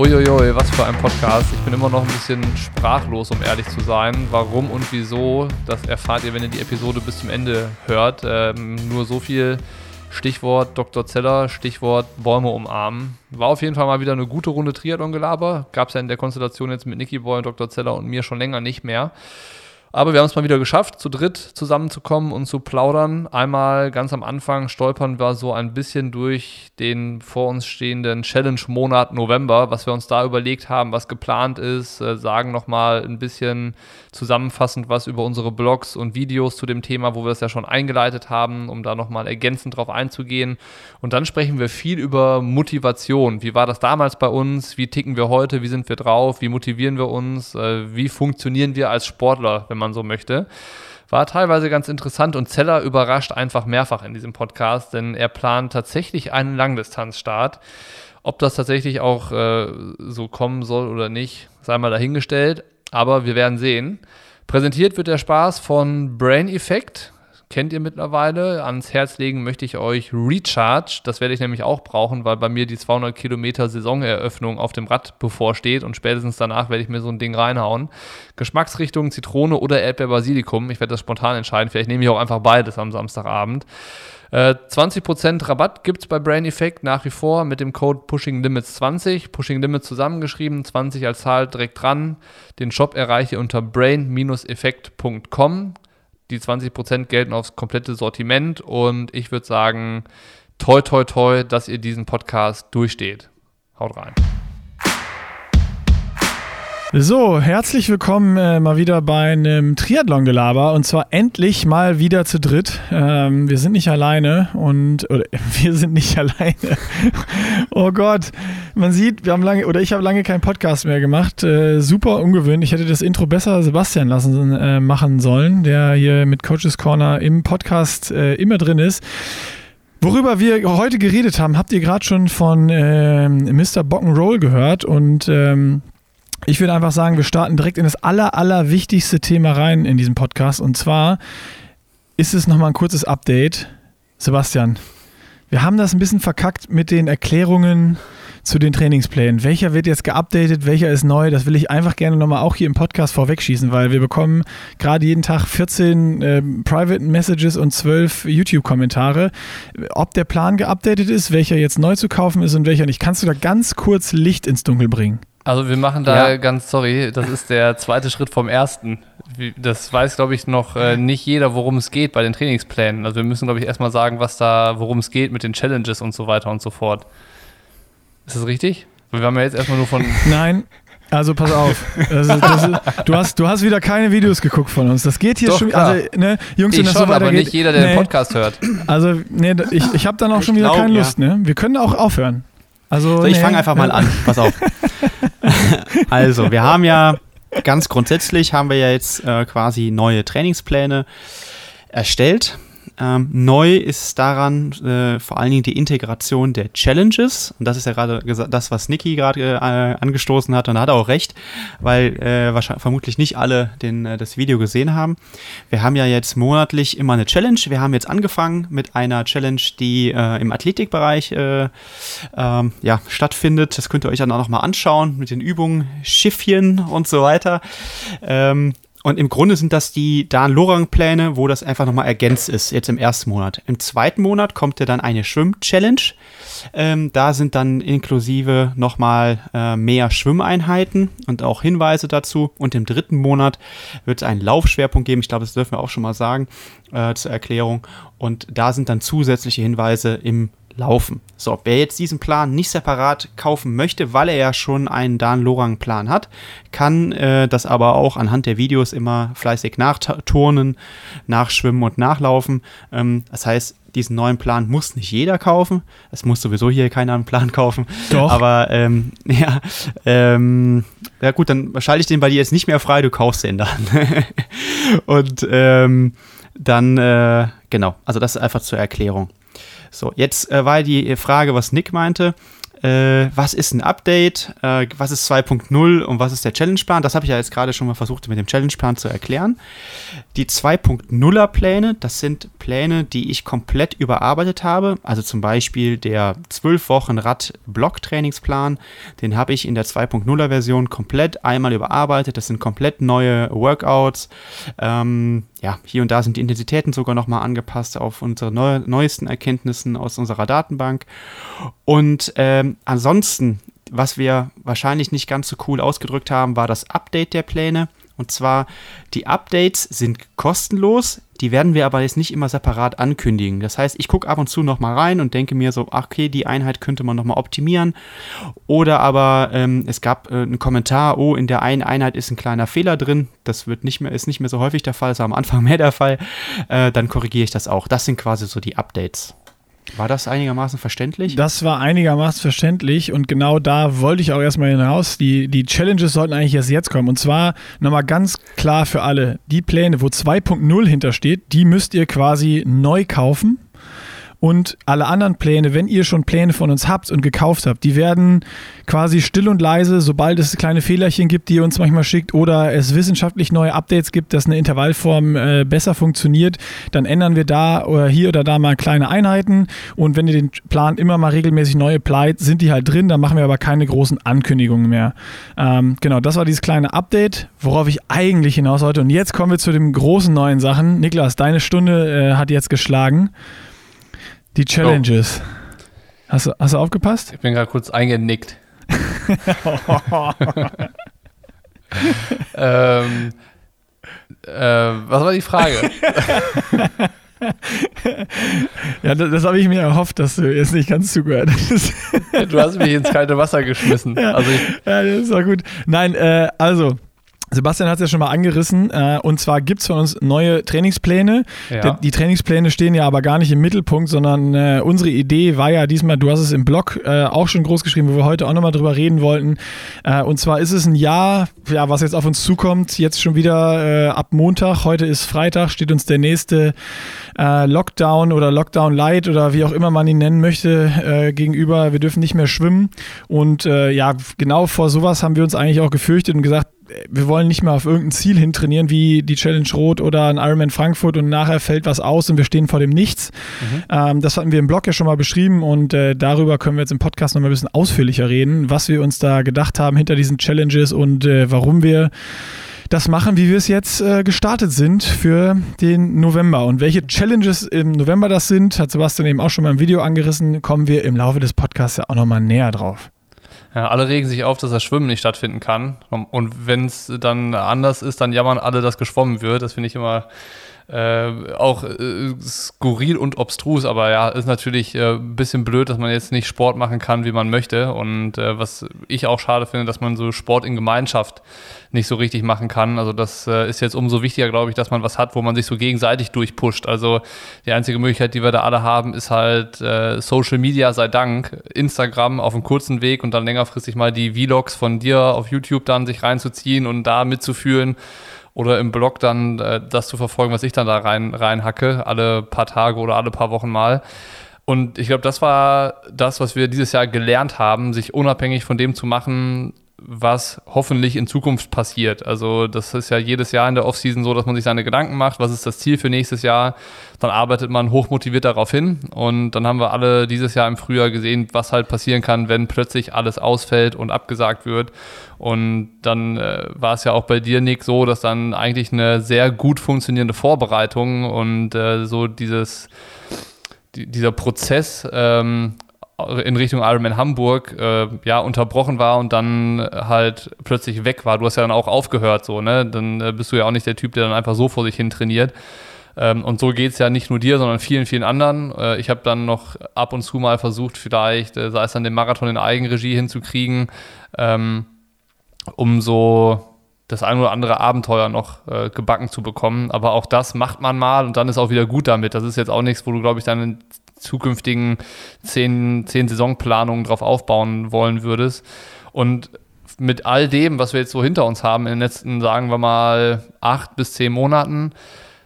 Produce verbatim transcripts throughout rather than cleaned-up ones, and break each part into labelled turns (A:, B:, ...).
A: Uiuiui, was für ein Podcast. Ich bin immer noch ein bisschen sprachlos, um ehrlich zu sein. Warum und wieso, das erfahrt ihr, wenn ihr die Episode bis zum Ende hört. Ähm, nur so viel. Stichwort Doktor Zeller, Stichwort Bäume umarmen. War auf jeden Fall mal wieder eine gute Runde Triathlon-Gelaber. Gab es ja in der Konstellation jetzt mit Niki Boy, Doktor Zeller und mir schon länger nicht mehr. Aber wir haben es mal wieder geschafft, zu dritt zusammenzukommen und zu plaudern. Einmal ganz am Anfang stolpern wir so ein bisschen durch den vor uns stehenden Challenge-Monat November, was wir uns da überlegt haben, was geplant ist, äh, sagen nochmal ein bisschen zusammenfassend was über unsere Blogs und Videos zu dem Thema, wo wir es ja schon eingeleitet haben, um da nochmal ergänzend drauf einzugehen. Und dann sprechen wir viel über Motivation. Wie war das damals bei uns? Wie ticken wir heute? Wie sind wir drauf? Wie motivieren wir uns? Äh, wie funktionieren wir als Sportler, wenn man so möchte? War teilweise ganz interessant und Zeller überrascht einfach mehrfach in diesem Podcast, denn er plant tatsächlich einen Langdistanzstart. Ob das tatsächlich auch äh, so kommen soll oder nicht, sei mal dahingestellt, aber wir werden sehen. Präsentiert wird der Spaß von Brain Effect. Kennt ihr mittlerweile. Ans Herz legen möchte ich euch Recharge. Das werde ich nämlich auch brauchen, weil bei mir die zweihundert Kilometer Saisoneröffnung auf dem Rad bevorsteht und spätestens danach werde ich mir so ein Ding reinhauen. Geschmacksrichtung Zitrone oder Erdbeer-Basilikum. Ich werde das spontan entscheiden. Vielleicht nehme ich auch einfach beides am Samstagabend. Äh, zwanzig Prozent Rabatt gibt es bei Brain Effect nach wie vor mit dem Code Pushing Limits zwanzig. Pushing Limits zusammengeschrieben, zwanzig als Zahl direkt dran. Den Shop erreiche ihr unter brain effect punkt com. Die zwanzig Prozent gelten aufs komplette Sortiment und ich würde sagen, toi toi toi, dass ihr diesen Podcast durchsteht. Haut rein.
B: So, herzlich willkommen äh, mal wieder bei einem Triathlon-Gelaber und zwar endlich mal wieder zu dritt. Ähm, wir sind nicht alleine und, oder wir sind nicht alleine. Oh Gott, man sieht, wir haben lange, oder ich habe lange keinen Podcast mehr gemacht. Äh, super ungewöhnlich. Ich hätte das Intro besser Sebastian lassen äh, machen sollen, der hier mit Coaches Corner im Podcast äh, immer drin ist. Worüber wir heute geredet haben, habt ihr gerade schon von äh, Mister Bock'n'Roll gehört und ähm, ich würde einfach sagen, wir starten direkt in das aller, aller wichtigste Thema rein in diesem Podcast. Und zwar ist es nochmal ein kurzes Update. Sebastian, wir haben das ein bisschen verkackt mit den Erklärungen zu den Trainingsplänen. Welcher wird jetzt geupdatet, welcher ist neu? Das will ich einfach gerne nochmal auch hier im Podcast vorwegschießen, weil wir bekommen gerade jeden Tag vierzehn äh, Private Messages und zwölf YouTube-Kommentare. Ob der Plan geupdatet ist, welcher jetzt neu zu kaufen ist und welcher nicht. Kannst du da ganz kurz Licht ins Dunkel bringen?
A: Also wir machen da
B: ja.
A: ganz, sorry, das ist der zweite Schritt vom ersten. Das weiß, glaube ich, noch äh, nicht jeder, worum es geht bei den Trainingsplänen. Also wir müssen, glaube ich, erstmal sagen, was da, worum es geht mit den Challenges und so weiter und so fort. Ist das richtig? Wir haben ja jetzt erstmal nur von...
B: Nein, also pass auf. Das ist, das ist, du, hast, du hast wieder keine Videos geguckt von uns. Das geht hier
A: Doch,
B: schon...
A: klar.
B: Also, ne, Jungs,
A: ich
B: wenn das
A: schon,
B: so weitergeht...
A: aber nicht jeder, der
B: nee,
A: den Podcast hört.
B: Also, nee, ich, ich habe dann auch
C: ich
B: schon wieder
C: glaub,
B: keine
C: ja.
B: Lust, ne? Wir können auch aufhören. Also,
C: so, ich
B: nee,
C: fange einfach mal an. Pass auf. Also, wir haben ja ganz grundsätzlich haben wir ja jetzt äh, quasi neue Trainingspläne erstellt. Ähm, neu ist daran äh, vor allen Dingen die Integration der Challenges. Und das ist ja gerade gesa- das, was Niki gerade äh, angestoßen hat. Und da hat er auch recht, weil äh, wahrscheinlich vermutlich nicht alle den, äh, das Video gesehen haben. Wir haben ja jetzt monatlich immer eine Challenge. Wir haben jetzt angefangen mit einer Challenge, die äh, im Athletikbereich äh, ähm, ja, stattfindet. Das könnt ihr euch dann auch nochmal anschauen mit den Übungen, Schiffchen und so weiter. Ähm, Und im Grunde sind das die Dan-Lorang-Pläne, wo das einfach nochmal ergänzt ist, jetzt im ersten Monat. Im zweiten Monat kommt ja dann eine Schwimm-Challenge. Ähm, da sind dann inklusive nochmal äh, mehr Schwimmeinheiten und auch Hinweise dazu. Und im dritten Monat wird es einen Laufschwerpunkt geben. Ich glaube, das dürfen wir auch schon mal sagen äh, zur Erklärung. Und da sind dann zusätzliche Hinweise im Laufen. So, wer jetzt diesen Plan nicht separat kaufen möchte, weil er ja schon einen Dan-Lorang-Plan hat, kann äh, das aber auch anhand der Videos immer fleißig nachturnen, nachschwimmen und nachlaufen. Ähm, das heißt, diesen neuen Plan muss nicht jeder kaufen. Es muss sowieso hier keiner einen Plan kaufen.
B: Doch.
C: Aber ähm, ja, ähm, ja gut, dann schalte ich den bei dir jetzt nicht mehr frei, du kaufst den dann. Und ähm, dann, äh, genau, also das ist einfach zur Erklärung. So, jetzt äh, war die Frage, was Nick meinte. äh, was ist ein Update, äh, was ist zwei Punkt null und was ist der Challenge-Plan. Das habe ich ja jetzt gerade schon mal versucht mit dem Challenge-Plan zu erklären. Die zwei Punkt nuller Pläne, das sind Pläne, die ich komplett überarbeitet habe. Also zum Beispiel der zwölf Wochen Rad-Block-Trainingsplan, den habe ich in der zwei Punkt nuller Version komplett einmal überarbeitet. Das sind komplett neue Workouts. Ähm, ja, hier und da sind die Intensitäten sogar nochmal angepasst auf unsere neu, neuesten Erkenntnissen aus unserer Datenbank. Und ähm, ansonsten, was wir wahrscheinlich nicht ganz so cool ausgedrückt haben, war das Update der Pläne. Und zwar, die Updates sind kostenlos, die werden wir aber jetzt nicht immer separat ankündigen. Das heißt, ich gucke ab und zu nochmal rein und denke mir so, ach okay, die Einheit könnte man nochmal optimieren. Oder aber ähm, es gab äh, einen Kommentar, oh, in der einen Einheit ist ein kleiner Fehler drin. Das wird nicht mehr, ist nicht mehr so häufig der Fall, das war am Anfang mehr der Fall. Äh, dann korrigiere ich das auch. Das sind quasi so die Updates. War das einigermaßen verständlich?
B: Das war einigermaßen verständlich und genau da wollte ich auch erstmal hinaus. Die, die Challenges sollten eigentlich erst jetzt kommen und zwar nochmal ganz klar für alle, die Pläne, wo zwei Punkt null hintersteht, die müsst ihr quasi neu kaufen. Und alle anderen Pläne, wenn ihr schon Pläne von uns habt und gekauft habt, die werden quasi still und leise, sobald es kleine Fehlerchen gibt, die ihr uns manchmal schickt oder es wissenschaftlich neue Updates gibt, dass eine Intervallform äh, besser funktioniert, dann ändern wir da oder hier oder da mal kleine Einheiten. Und wenn ihr den Plan immer mal regelmäßig neu applied, sind die halt drin, dann machen wir aber keine großen Ankündigungen mehr. Ähm, genau, das war dieses kleine Update, worauf ich eigentlich hinaus wollte. Und jetzt kommen wir zu den großen neuen Sachen. Niklas, deine Stunde äh, hat jetzt geschlagen. Die Challenges. Oh. Hast du, hast du aufgepasst?
A: Ich bin gerade kurz eingenickt. ähm, äh, was war die Frage?
B: Ja, das, das habe ich mir erhofft, dass du jetzt nicht ganz zugehört hast.
A: Du hast mich ins kalte Wasser geschmissen.
B: Ja,
A: also ich,
B: ja das war gut. Nein, äh, also... Sebastian hat es ja schon mal angerissen äh, und zwar gibt es von uns neue Trainingspläne.
A: Ja.
B: Die, die Trainingspläne stehen ja aber gar nicht im Mittelpunkt, sondern äh, unsere Idee war ja diesmal, du hast es im Blog äh, auch schon groß geschrieben, wo wir heute auch nochmal drüber reden wollten. Äh, und zwar ist es ein Jahr, ja, was jetzt auf uns zukommt, jetzt schon wieder äh, ab Montag, heute ist Freitag, steht uns der nächste äh, Lockdown oder Lockdown Light oder wie auch immer man ihn nennen möchte, äh, gegenüber. Wir dürfen nicht mehr schwimmen und äh, ja, genau vor sowas haben wir uns eigentlich auch gefürchtet und gesagt, wir wollen nicht mehr auf irgendein Ziel hin trainieren, wie die Challenge Rot oder ein Ironman Frankfurt und nachher fällt was aus und wir stehen vor dem Nichts. Mhm. Ähm, das hatten wir im Blog ja schon mal beschrieben und äh, darüber können wir jetzt im Podcast noch mal ein bisschen ausführlicher reden, was wir uns da gedacht haben hinter diesen Challenges und äh, warum wir das machen, wie wir es jetzt äh, gestartet sind für den November. Und welche Challenges im November das sind, hat Sebastian eben auch schon mal im Video angerissen, kommen wir im Laufe des Podcasts ja auch noch mal näher drauf.
A: Ja, alle regen sich auf, dass das Schwimmen nicht stattfinden kann. Und wenn es dann anders ist, dann jammern alle, dass geschwommen wird. Das finde ich immer äh, auch äh, skurril und obstrus. Aber ja, ist natürlich äh, ein bisschen blöd, dass man jetzt nicht Sport machen kann, wie man möchte. Und äh, was ich auch schade finde, dass man so Sport in Gemeinschaft nicht so richtig machen kann. Also das äh, ist jetzt umso wichtiger, glaube ich, dass man was hat, wo man sich so gegenseitig durchpusht. Also die einzige Möglichkeit, die wir da alle haben, ist halt äh, Social Media, sei Dank, Instagram auf einem kurzen Weg und dann längerfristig mal die Vlogs von dir auf YouTube dann sich reinzuziehen und da mitzufühlen oder im Blog dann äh, das zu verfolgen, was ich dann da rein reinhacke, alle paar Tage oder alle paar Wochen mal. Und ich glaube, das war das, was wir dieses Jahr gelernt haben, sich unabhängig von dem zu machen, was hoffentlich in Zukunft passiert. Also das ist ja jedes Jahr in der Offseason so, dass man sich seine Gedanken macht, was ist das Ziel für nächstes Jahr, dann arbeitet man hochmotiviert darauf hin und dann haben wir alle dieses Jahr im Frühjahr gesehen, was halt passieren kann, wenn plötzlich alles ausfällt und abgesagt wird und dann äh, war es ja auch bei dir, Nick, so, dass dann eigentlich eine sehr gut funktionierende Vorbereitung und äh, so dieses die, dieser Prozess ähm, in Richtung Ironman Hamburg äh, ja unterbrochen war und dann halt plötzlich weg war. Du hast ja dann auch aufgehört, so, ne? Dann äh, bist du ja auch nicht der Typ, der dann einfach so vor sich hin trainiert. Ähm, und so geht es ja nicht nur dir, sondern vielen, vielen anderen. Äh, ich habe dann noch ab und zu mal versucht, vielleicht, äh, sei es dann den Marathon in Eigenregie hinzukriegen, ähm, um so das ein oder andere Abenteuer noch äh, gebacken zu bekommen. Aber auch das macht man mal und dann ist auch wieder gut damit. Das ist jetzt auch nichts, wo du, glaube ich, dann in zukünftigen zehn, zehn Saisonplanungen drauf aufbauen wollen würdest. Und mit all dem, was wir jetzt so hinter uns haben in den letzten, sagen wir mal, acht bis zehn Monaten,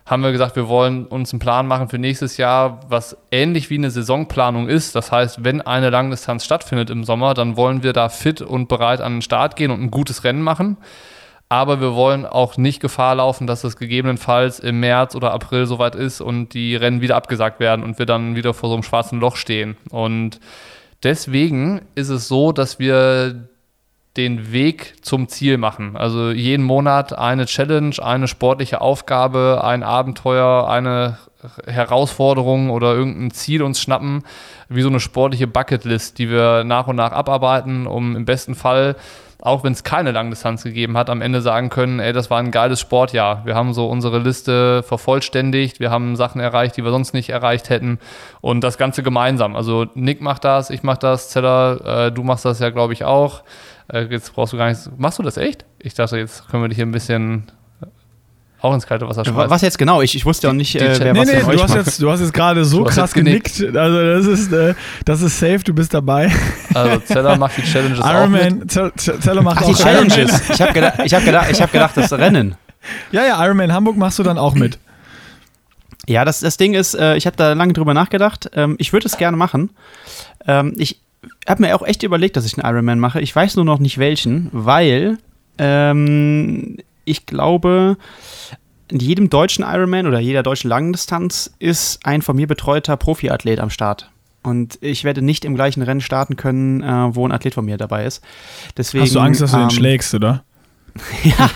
A: haben wir gesagt, wir wollen uns einen Plan machen für nächstes Jahr, was ähnlich wie eine Saisonplanung ist. Das heißt, wenn eine Langdistanz stattfindet im Sommer, dann wollen wir da fit und bereit an den Start gehen und ein gutes Rennen machen. Aber wir wollen auch nicht Gefahr laufen, dass es gegebenenfalls im März oder April soweit ist und die Rennen wieder abgesagt werden und wir dann wieder vor so einem schwarzen Loch stehen. Und deswegen ist es so, dass wir den Weg zum Ziel machen. Also jeden Monat eine Challenge, eine sportliche Aufgabe, ein Abenteuer, eine Herausforderung oder irgendein Ziel uns schnappen, wie so eine sportliche Bucketlist, die wir nach und nach abarbeiten, um im besten Fall, auch wenn es keine Langdistanz gegeben hat, am Ende sagen können, ey, das war ein geiles Sportjahr. Wir haben so unsere Liste vervollständigt, wir haben Sachen erreicht, die wir sonst nicht erreicht hätten und das Ganze gemeinsam. Also Nick macht das, ich mach das, Zeller, äh, du machst das ja, glaube ich, auch. Äh, jetzt brauchst du gar nichts. Machst du das echt? Ich dachte, jetzt können wir dich hier ein bisschen auch ins kalte Wasser schmeißen.
C: Was jetzt genau? Ich, ich wusste ja auch nicht,
B: die,
C: die
B: äh, wer nee, was nee, von euch du hast jetzt, du hast jetzt gerade so krass genickt. genickt. Also das ist, äh, das ist safe, du bist dabei.
A: Also Zeller macht die Challenges
B: Iron
A: auch
B: Man,
A: mit.
B: Zeller macht
C: Ach,
B: auch
C: die Challenges. Ich habe gedacht, ich hab gedacht, ich hab gedacht, das Rennen.
B: Ja, ja, Ironman Hamburg machst du dann auch mit.
C: Ja, das, das Ding ist, äh, ich habe da lange drüber nachgedacht. Ähm, ich würde es gerne machen. Ähm, ich habe mir auch echt überlegt, dass ich einen Ironman mache. Ich weiß nur noch nicht welchen, weil ähm, ich glaube, in jedem deutschen Ironman oder jeder deutschen Langdistanz ist ein von mir betreuter Profiathlet am Start. Und ich werde nicht im gleichen Rennen starten können, äh, wo ein Athlet von mir dabei ist. Deswegen,
B: hast du Angst, dass du
C: ähm,
B: den schlägst, oder?
C: ja,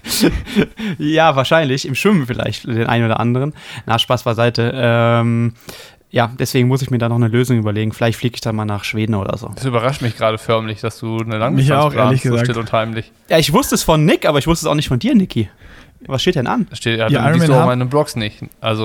C: ja, wahrscheinlich. Im Schwimmen vielleicht den einen oder anderen. Na, Spaß beiseite. Ähm, ja, deswegen muss ich mir da noch eine Lösung überlegen. Vielleicht fliege ich dann mal nach Schweden oder so.
A: Das überrascht mich gerade förmlich, dass du eine Langdistanz
B: mich auch,
A: planst,
B: ehrlich gesagt.
A: so still und heimlich.
C: Ja, ich wusste es von Nick, aber ich wusste es auch nicht von dir, Niki. Was steht denn an?
A: Das steht ja,
B: ja
A: dann liest du auch meine Blogs nicht. Also,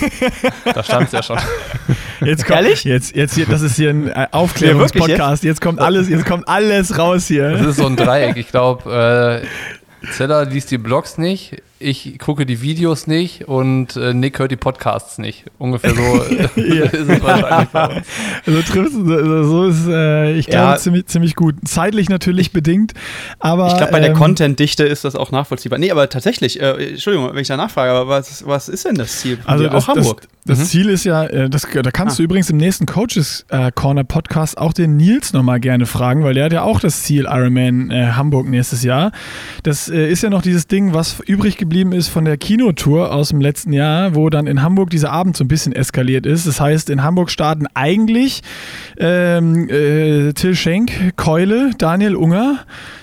A: da stand es ja schon.
B: Jetzt kommt,
C: Ehrlich?
B: Jetzt, jetzt hier, das ist hier ein Aufklärungspodcast. Jetzt kommt alles, jetzt kommt alles raus hier.
A: Das ist so ein Dreieck. Ich glaube, äh, Zeller liest die Blogs nicht, ich gucke die Videos nicht und äh, Nick hört die Podcasts nicht. Ungefähr so
B: ja.
A: ist es wahrscheinlich bei uns.
B: Also triffst du, so ist äh, ich glaube,
C: ja.
B: ziemlich, ziemlich gut. Zeitlich natürlich bedingt, aber
C: ich glaube, bei der
B: ähm,
C: Content-Dichte ist das auch nachvollziehbar. Nee, aber tatsächlich, äh, Entschuldigung, wenn ich da nachfrage, aber was, was ist denn das Ziel?
B: Also das,
C: auch Hamburg.
B: Das, das
C: mhm.
B: Ziel ist ja, äh, das, da kannst
C: ah.
B: du übrigens im nächsten Coaches äh, Corner Podcast auch den Nils nochmal gerne fragen, weil der hat ja auch das Ziel Ironman äh, Hamburg nächstes Jahr. Das äh, ist ja noch dieses Ding, was übrig geblieben ist von der Kinotour aus dem letzten Jahr, wo dann in Hamburg dieser Abend so ein bisschen eskaliert ist. Das heißt, in Hamburg starten eigentlich ähm, äh, Till Schenk, Keule, Daniel Unger,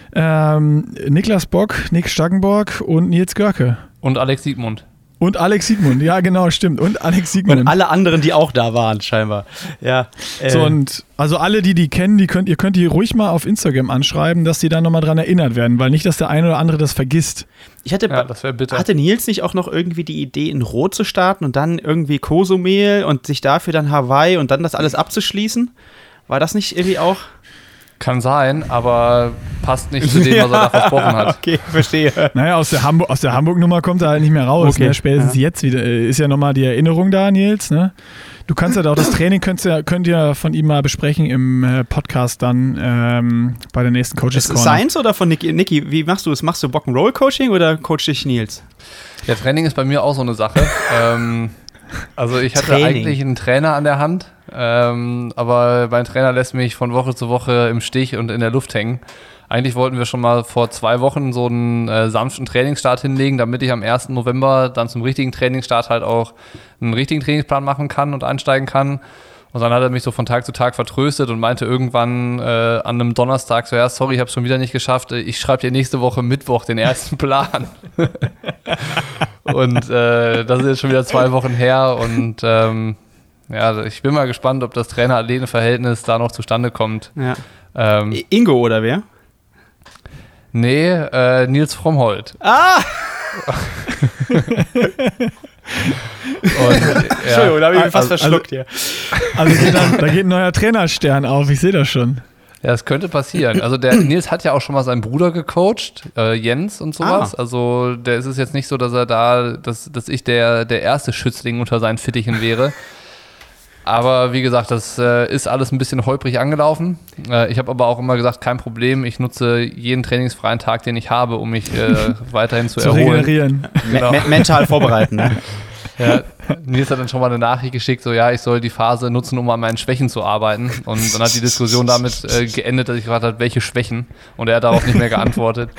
B: ähm, Niklas Bock, Nick Staggenborg und Nils Görke.
A: Und Alex Siegmund.
B: Und Alex Siegmund, ja genau, stimmt. Und Alex Siegmund.
C: Und alle anderen, die auch da waren, scheinbar. Ja. Äh.
B: So, und also alle, die die kennen, die könnt, ihr könnt die ruhig mal auf Instagram anschreiben, dass die da nochmal dran erinnert werden, weil nicht, dass der eine oder andere das vergisst.
C: Ich hatte,
A: ja, das wäre bitter.
C: Hatte Nils nicht auch noch irgendwie die Idee, in Rot zu starten und dann irgendwie Cozumel und sich dafür dann Hawaii und dann das alles abzuschließen? War das nicht irgendwie auch...
A: Kann sein, aber passt nicht zu dem, was er da versprochen hat.
C: Okay, verstehe.
B: Naja, aus der, Hamburg, aus der Hamburg-Nummer kommt er halt nicht mehr raus.
C: Okay,
B: Ne? Spätestens
C: ja.
B: jetzt wieder. Ist ja nochmal die Erinnerung da, Nils. Ne? Du kannst ja auch das Training, könnt ihr, könnt ihr von ihm mal besprechen im äh, Podcast dann ähm, bei der nächsten Coaches Corner.
C: Ist es Science oder von Niki? Niki, wie machst du es? Machst du Bock'n'Roll-Coaching oder coach dich Nils?
A: Ja, Training ist bei mir auch so eine Sache. ähm, also ich hatte
C: Training.
A: eigentlich einen Trainer an der Hand, ähm, aber mein Trainer lässt mich von Woche zu Woche im Stich und in der Luft hängen. Eigentlich wollten wir schon mal vor zwei Wochen so einen äh, sanften Trainingsstart hinlegen, damit ich am ersten November dann zum richtigen Trainingsstart halt auch einen richtigen Trainingsplan machen kann und einsteigen kann. Und dann hat er mich so von Tag zu Tag vertröstet und meinte irgendwann äh, an einem Donnerstag so, ja, sorry, ich habe es schon wieder nicht geschafft, ich schreibe dir nächste Woche Mittwoch den ersten Plan. Und äh, das ist jetzt schon wieder zwei Wochen her und ähm, ja, ich bin mal gespannt, ob das Trainer-Athleten-Verhältnis da noch zustande kommt.
C: Ja.
A: Ähm,
C: Ingo oder wer?
A: Nee, äh, Nils Frommholt.
C: Ah!
A: Und, ja,
C: Entschuldigung, da habe ich mich fast
B: also,
C: verschluckt hier.
B: Also geht dann, da geht ein neuer Trainerstern auf, ich sehe das schon.
A: Ja, das könnte passieren. Also der Nils hat ja auch schon mal seinen Bruder gecoacht, äh, Jens und sowas.
C: Ah.
A: Also der ist es jetzt nicht so, dass er da, dass, dass ich der, der erste Schützling unter seinen Fittichen wäre. Aber wie gesagt, das äh, ist alles ein bisschen holprig angelaufen. Äh, ich habe aber auch immer gesagt, kein Problem, ich nutze jeden trainingsfreien Tag, den ich habe, um mich äh, weiterhin zu,
B: zu
A: erholen.
B: regenerieren.
A: Genau.
C: Me- mental vorbereiten. Ne?
A: Ja, Nils hat dann schon mal eine Nachricht geschickt, so ja, ich soll die Phase nutzen, um an meinen Schwächen zu arbeiten. Und dann hat die Diskussion damit äh, geendet, dass ich gefragt habe, welche Schwächen? Und er hat darauf nicht mehr geantwortet.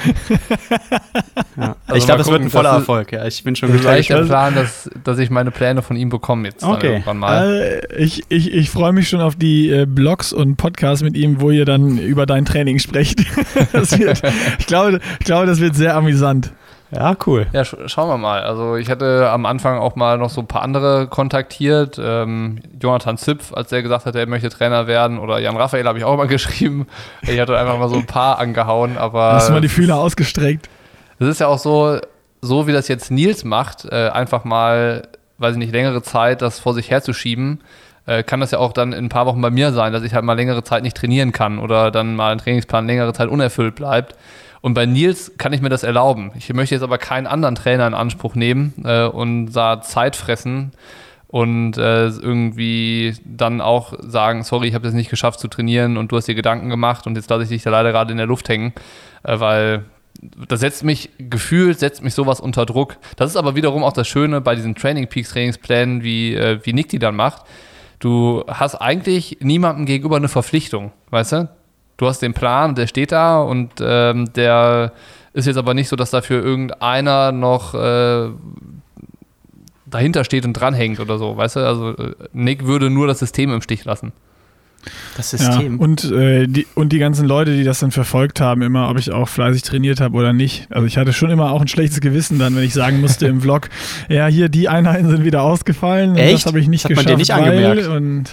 C: Ja.
A: Also
C: ich glaube, das wird ein voller
A: das ist,
C: Erfolg. Ja, ich bin schon
A: das ist eigentlich
C: gespannt.
A: der Plan, dass, dass ich meine Pläne von ihm bekomme jetzt dann
C: Okay.
A: irgendwann mal.
B: Äh, ich ich, ich freue mich schon auf die äh, Blogs und Podcasts mit ihm, wo ihr dann über dein Training sprecht. Das wird, ich, glaube, ich glaube, das wird sehr amüsant.
C: Ja, cool.
A: Ja, sch- schauen wir mal. Also ich hatte am Anfang auch mal noch so ein paar andere kontaktiert. Ähm, Jonathan Zipf, als der gesagt hat, er möchte Trainer werden. Oder Jan Raphael habe ich auch mal geschrieben. Ich hatte einfach mal so ein paar angehauen. Aber
B: Hast du mal die Fühler ausgestreckt?
A: das ist ja auch so, so wie das jetzt Nils macht, äh, einfach mal, weiß ich nicht, längere Zeit das vor sich herzuschieben, äh, kann das ja auch dann in ein paar Wochen bei mir sein, dass ich halt mal längere Zeit nicht trainieren kann oder dann mal ein Trainingsplan längere Zeit unerfüllt bleibt. Und bei Nils kann ich mir das erlauben. Ich möchte jetzt aber keinen anderen Trainer in Anspruch nehmen äh, und da Zeit fressen und äh, irgendwie dann auch sagen, sorry, ich habe das nicht geschafft zu trainieren und du hast dir Gedanken gemacht und jetzt lasse ich dich da leider gerade in der Luft hängen, äh, weil das setzt mich, gefühlt setzt mich sowas unter Druck. Das ist aber wiederum auch das Schöne bei diesen Training Peaks Trainingsplänen, wie, äh, wie Nick die dann macht. Du hast eigentlich niemandem gegenüber eine Verpflichtung, weißt du? Du hast den Plan, der steht da und ähm, der ist jetzt aber nicht so, dass dafür irgendeiner noch äh, dahinter steht und dranhängt oder so, weißt du? Also äh, Nick würde nur das System im Stich lassen.
C: Das System.
B: Ja, und, äh, die, und die ganzen Leute, die das dann verfolgt haben, immer, ob ich auch fleißig trainiert habe oder nicht. Also ich hatte schon immer auch ein schlechtes Gewissen dann, wenn ich sagen musste im Vlog, ja, hier, die Einheiten sind wieder ausgefallen.
C: Echt?
B: Und das habe ich nicht
C: Das hat man
B: geschafft.
C: dir nicht
B: weil,
C: angemerkt?
B: Und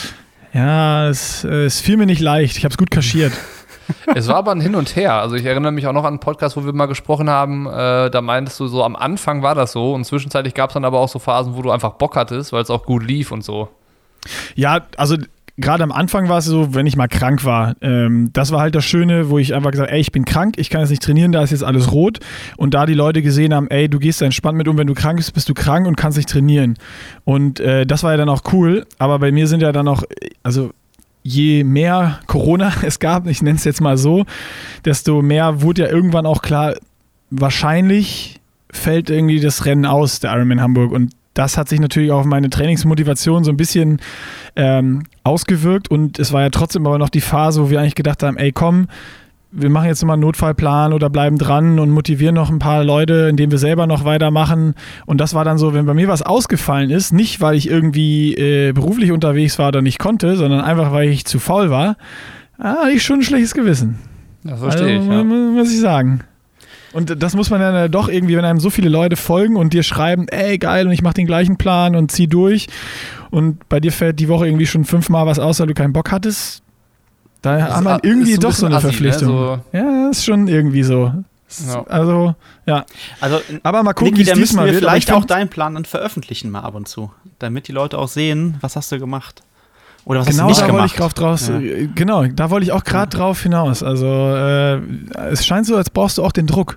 B: ja, es, es fiel mir nicht leicht. Ich habe es gut kaschiert.
A: Es war aber ein Hin und Her. Also ich erinnere mich auch noch an einen Podcast, wo wir mal gesprochen haben, äh, da meintest du so, am Anfang war das so und zwischenzeitlich gab es dann aber auch so Phasen, wo du einfach Bock hattest, weil es auch gut lief und so.
B: Ja, also gerade am Anfang war es so, wenn ich mal krank war. Ähm, das war halt das Schöne, wo ich einfach gesagt habe, ey, ich bin krank, ich kann jetzt nicht trainieren, da ist jetzt alles rot. Und da die Leute gesehen haben, ey, du gehst da entspannt mit um, wenn du krank bist, bist du krank und kannst nicht trainieren. Und äh, das war ja dann auch cool. Aber bei mir sind ja dann auch, also je mehr Corona es gab, ich nenne es jetzt mal so, desto mehr wurde ja irgendwann auch klar, wahrscheinlich fällt irgendwie das Rennen aus, der Ironman Hamburg. Und das hat sich natürlich auch auf meine Trainingsmotivation so ein bisschen ähm, ausgewirkt und es war ja trotzdem aber noch die Phase, wo wir eigentlich gedacht haben, ey komm, wir machen jetzt nochmal einen Notfallplan oder bleiben dran und motivieren noch ein paar Leute, indem wir selber noch weitermachen. Und das war dann so, wenn bei mir was ausgefallen ist, nicht weil ich irgendwie äh, beruflich unterwegs war oder nicht konnte, sondern einfach weil ich zu faul war, ah, hatte ich schon ein schlechtes Gewissen.
A: Das verstehe
B: also,
A: ich, ja.
B: muss ich sagen. Und das muss man dann doch irgendwie, wenn einem so viele Leute folgen und dir schreiben, ey, geil, und ich mache den gleichen Plan und zieh durch und bei dir fällt die Woche irgendwie schon fünfmal was aus, weil du keinen Bock hattest, da
A: Das
B: haben wir
A: ist-
B: irgendwie
A: ist so ein
B: doch so
A: bisschen
B: eine
A: assi, ne?
B: Verpflichtung.
A: So-
B: Ja, ist schon irgendwie so.
A: Ja.
B: Also, ja.
C: Also,
B: Aber mal gucken,
C: Niki,
B: wie es
C: da müssen
B: diesmal
C: wir
B: wird. aber
C: vielleicht
B: ich
C: auch
B: find-
C: deinen Plan dann veröffentlichen mal ab und zu, damit die Leute auch sehen, was hast du gemacht. Oder was
B: Genau,
C: hast du
B: da
C: nicht
B: wollte
C: gemacht.
B: ich drauf draus,
C: Ja.
B: äh, genau, da wollte ich auch gerade drauf hinaus. Also, äh, es scheint so, als brauchst du auch den Druck.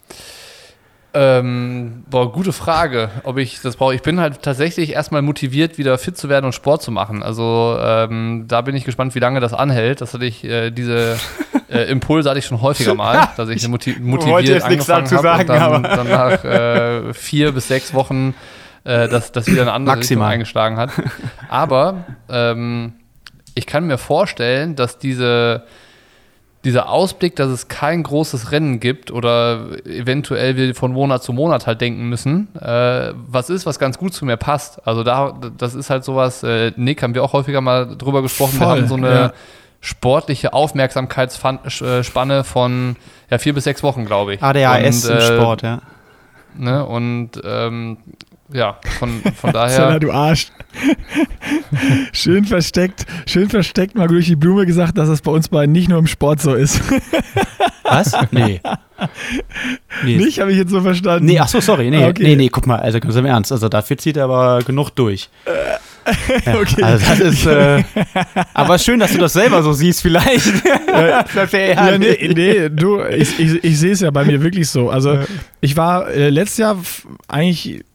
A: Ähm, boah, gute Frage, ob ich das brauche. Ich bin halt tatsächlich erstmal motiviert, wieder fit zu werden und Sport zu machen. Also ähm, da bin ich gespannt, wie lange das anhält. Das hatte ich, äh, diese äh, Impulse hatte ich schon häufiger mal, dass ich moti- motiviert
C: jetzt nichts
A: angefangen
C: dazu
A: habe und
C: sagen,
A: dann, dann nach äh, vier bis sechs Wochen äh, das, das wieder eine andere
C: Maximal.
A: Richtung eingeschlagen hat. Aber ähm, ich kann mir vorstellen, dass diese dieser Ausblick, dass es kein großes Rennen gibt oder eventuell wir von Monat zu Monat halt denken müssen, äh, was ist, was ganz gut zu mir passt. Also da, das ist halt sowas, äh, Nick, haben wir auch häufiger mal drüber gesprochen, wir
B: Voll,
A: haben so eine
B: ja.
A: sportliche Aufmerksamkeitsspanne von ja, vier bis sechs Wochen, glaube ich.
C: A D H S
A: Und,
C: im
A: äh,
C: Sport, ja.
A: Ne, und ähm, ja, von, von
B: Sella,
A: daher.
B: du Arsch. Schön versteckt, schön versteckt mal durch die Blume gesagt, dass es bei uns beiden nicht nur im Sport so ist.
C: Was? Nee. nee.
B: Nicht, habe ich jetzt so verstanden.
C: Nee, ach so, sorry. Nee,
B: Ah, okay.
C: nee, nee, guck mal, also ganz im Ernst. Also dafür zieht er aber genug durch. Ja,
B: okay.
C: Also das ist, äh, aber schön, dass du das selber so siehst vielleicht. Das wär
B: Ja,
C: ehrlich.
B: nee, nee, du, ich, ich, ich sehe es ja bei mir wirklich so. Also ich war äh, letztes Jahr f- eigentlich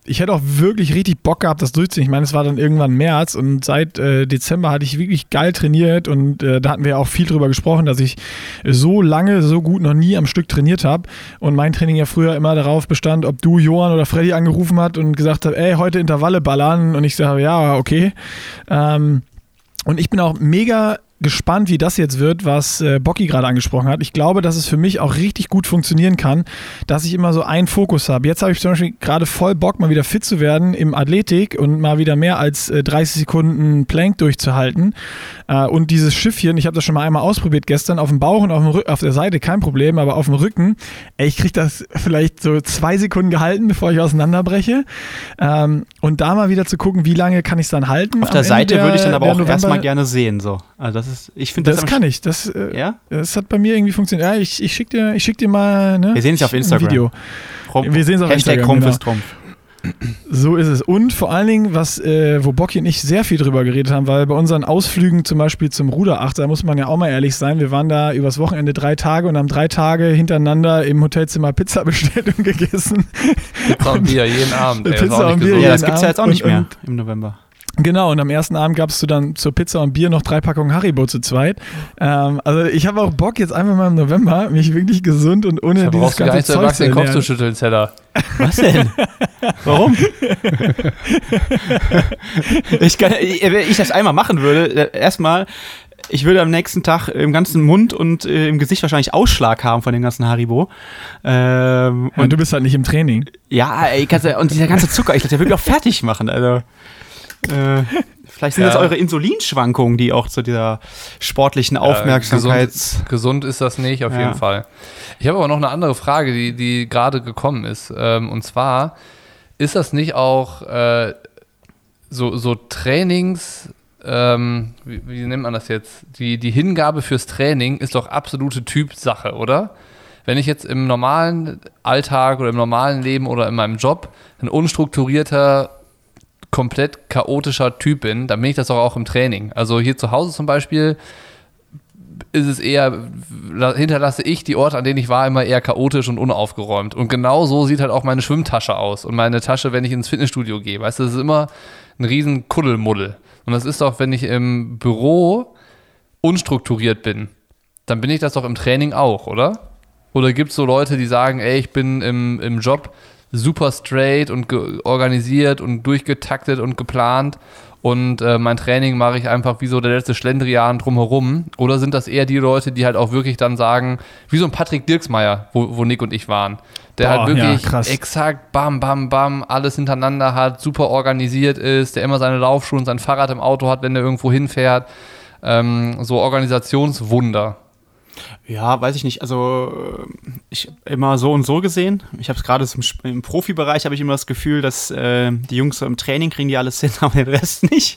B: ich hätte auch wirklich richtig Bock gehabt, das durchzuziehen. Ich meine, es war dann irgendwann März und seit äh, Dezember hatte ich wirklich geil trainiert und äh, da hatten wir auch viel drüber gesprochen, dass ich so lange, so gut noch nie am Stück trainiert habe und mein Training ja früher immer darauf bestand, ob du, Johann oder Freddy angerufen hat und gesagt hat, ey, heute Intervalle ballern und ich sage, ja, okay. Ähm, und ich bin auch mega gespannt, wie das jetzt wird, was äh, Bocki gerade angesprochen hat. Ich glaube, dass es für mich auch richtig gut funktionieren kann, dass ich immer so einen Fokus habe. Jetzt habe ich zum Beispiel gerade voll Bock, mal wieder fit zu werden im Athletik und mal wieder mehr als äh, dreißig Sekunden Plank durchzuhalten. Äh, und dieses Schiffchen, ich habe das schon mal einmal ausprobiert gestern, auf dem Bauch und auf, dem Rü- auf der Seite kein Problem, aber auf dem Rücken, ey, ich kriege das vielleicht so zwei Sekunden gehalten, bevor ich auseinanderbreche. Ähm, und da mal wieder zu gucken, wie lange kann ich es dann halten.
C: Auf der Seite
B: der,
C: würde ich dann aber auch
B: November-
C: erstmal gerne sehen. So. Also das ist, ich finde
B: Das,
C: das,
B: das kann ich. Das, äh,
C: Ja?
B: das hat bei mir irgendwie funktioniert. Ja, ich, ich schicke dir, ich schick dir mal ne,
C: Wir sehen es ja auf
B: ein
C: Instagram.
B: Video.
C: Rum,
B: Wir sehen es auf
C: Hashtag
B: Instagram,
C: Rumpf
B: genau.
C: ist Trumpf.
B: So ist es. Und vor allen Dingen, was, äh, wo Bocki und ich sehr viel drüber geredet haben, weil bei unseren Ausflügen zum Beispiel zum Ruderachter, da muss man ja auch mal ehrlich sein, wir waren da übers Wochenende drei Tage und haben drei Tage hintereinander im Hotelzimmer Pizza bestellt und gegessen.
A: Pizza und Bier jeden Abend. Ey,
B: Pizza
A: ist auch nicht
B: und Bier
A: gesund.
C: Ja,
B: jeden
C: das gibt es ja jetzt auch nicht
B: und-
C: mehr
B: und-
C: im November.
B: Genau, und am ersten Abend gabst du dann zur Pizza und Bier noch drei Packungen Haribo zu zweit. Ähm, also ich habe auch Bock, jetzt einfach mal im November mich wirklich gesund und ohne
A: Da
B: dieses
A: brauchst du gar
B: ganze
A: nicht so
B: Zeug
A: erwachsen
B: zu
A: den Kopf zu
B: ernähren.
A: schütteln, Zeller.
C: Was denn? Warum? ich, kann, ich, wenn ich das einmal machen würde, äh, erstmal, ich würde am nächsten Tag im ganzen Mund und äh, im Gesicht wahrscheinlich Ausschlag haben von dem ganzen Haribo. Ähm,
B: Und du bist halt nicht im Training.
C: Ja, ey, kannst du- und dieser ganze Zucker, ich lasse ja wirklich auch fertig machen. Also, äh, vielleicht sind
A: Ja.
C: das eure Insulinschwankungen, die auch zu dieser sportlichen Aufmerksamkeit.
A: Gesund, gesund ist das nicht, auf
C: Ja.
A: jeden Fall. Ich habe aber noch eine andere Frage, die, die gerade gekommen ist. Ähm, und zwar, ist das nicht auch äh, so, so Trainings, ähm, wie, wie nennt man das jetzt? Die, die Hingabe fürs Training ist doch absolute Typsache, oder? Wenn ich jetzt im normalen Alltag oder im normalen Leben oder in meinem Job ein unstrukturierter, komplett chaotischer Typ bin, dann bin ich das doch auch im Training. Also hier zu Hause zum Beispiel ist es eher, hinterlasse ich die Orte, an denen ich war, immer eher chaotisch und unaufgeräumt. Und genau so sieht halt auch meine Schwimmtasche aus und meine Tasche, wenn ich ins Fitnessstudio gehe. Weißt du, das ist immer ein riesen Kuddelmuddel. Und das ist doch, wenn ich im Büro unstrukturiert bin, dann bin ich das doch im Training auch, oder? Oder gibt es so Leute, die sagen, ey, ich bin im, im Job super straight und ge- organisiert und durchgetaktet und geplant und äh, mein Training mache ich einfach wie so der letzte Schlendrian drumherum? Oder sind das eher die Leute, die halt auch wirklich dann sagen, wie so ein Patrick Dirksmeier, wo, wo Nick und ich waren, der
B: Boah,
A: halt wirklich
B: ja, krass.
A: exakt bam, bam, bam, alles hintereinander hat, super organisiert ist, der immer seine Laufschuhe und sein Fahrrad im Auto hat, wenn er irgendwo hinfährt. Ähm, so Organisationswunder.
C: Ja, weiß ich nicht. Also äh, ich immer so und so gesehen. Ich habe es gerade im, Sp- im Profibereich habe ich immer das Gefühl, dass äh, die Jungs so im Training kriegen die alles hin, aber den Rest nicht.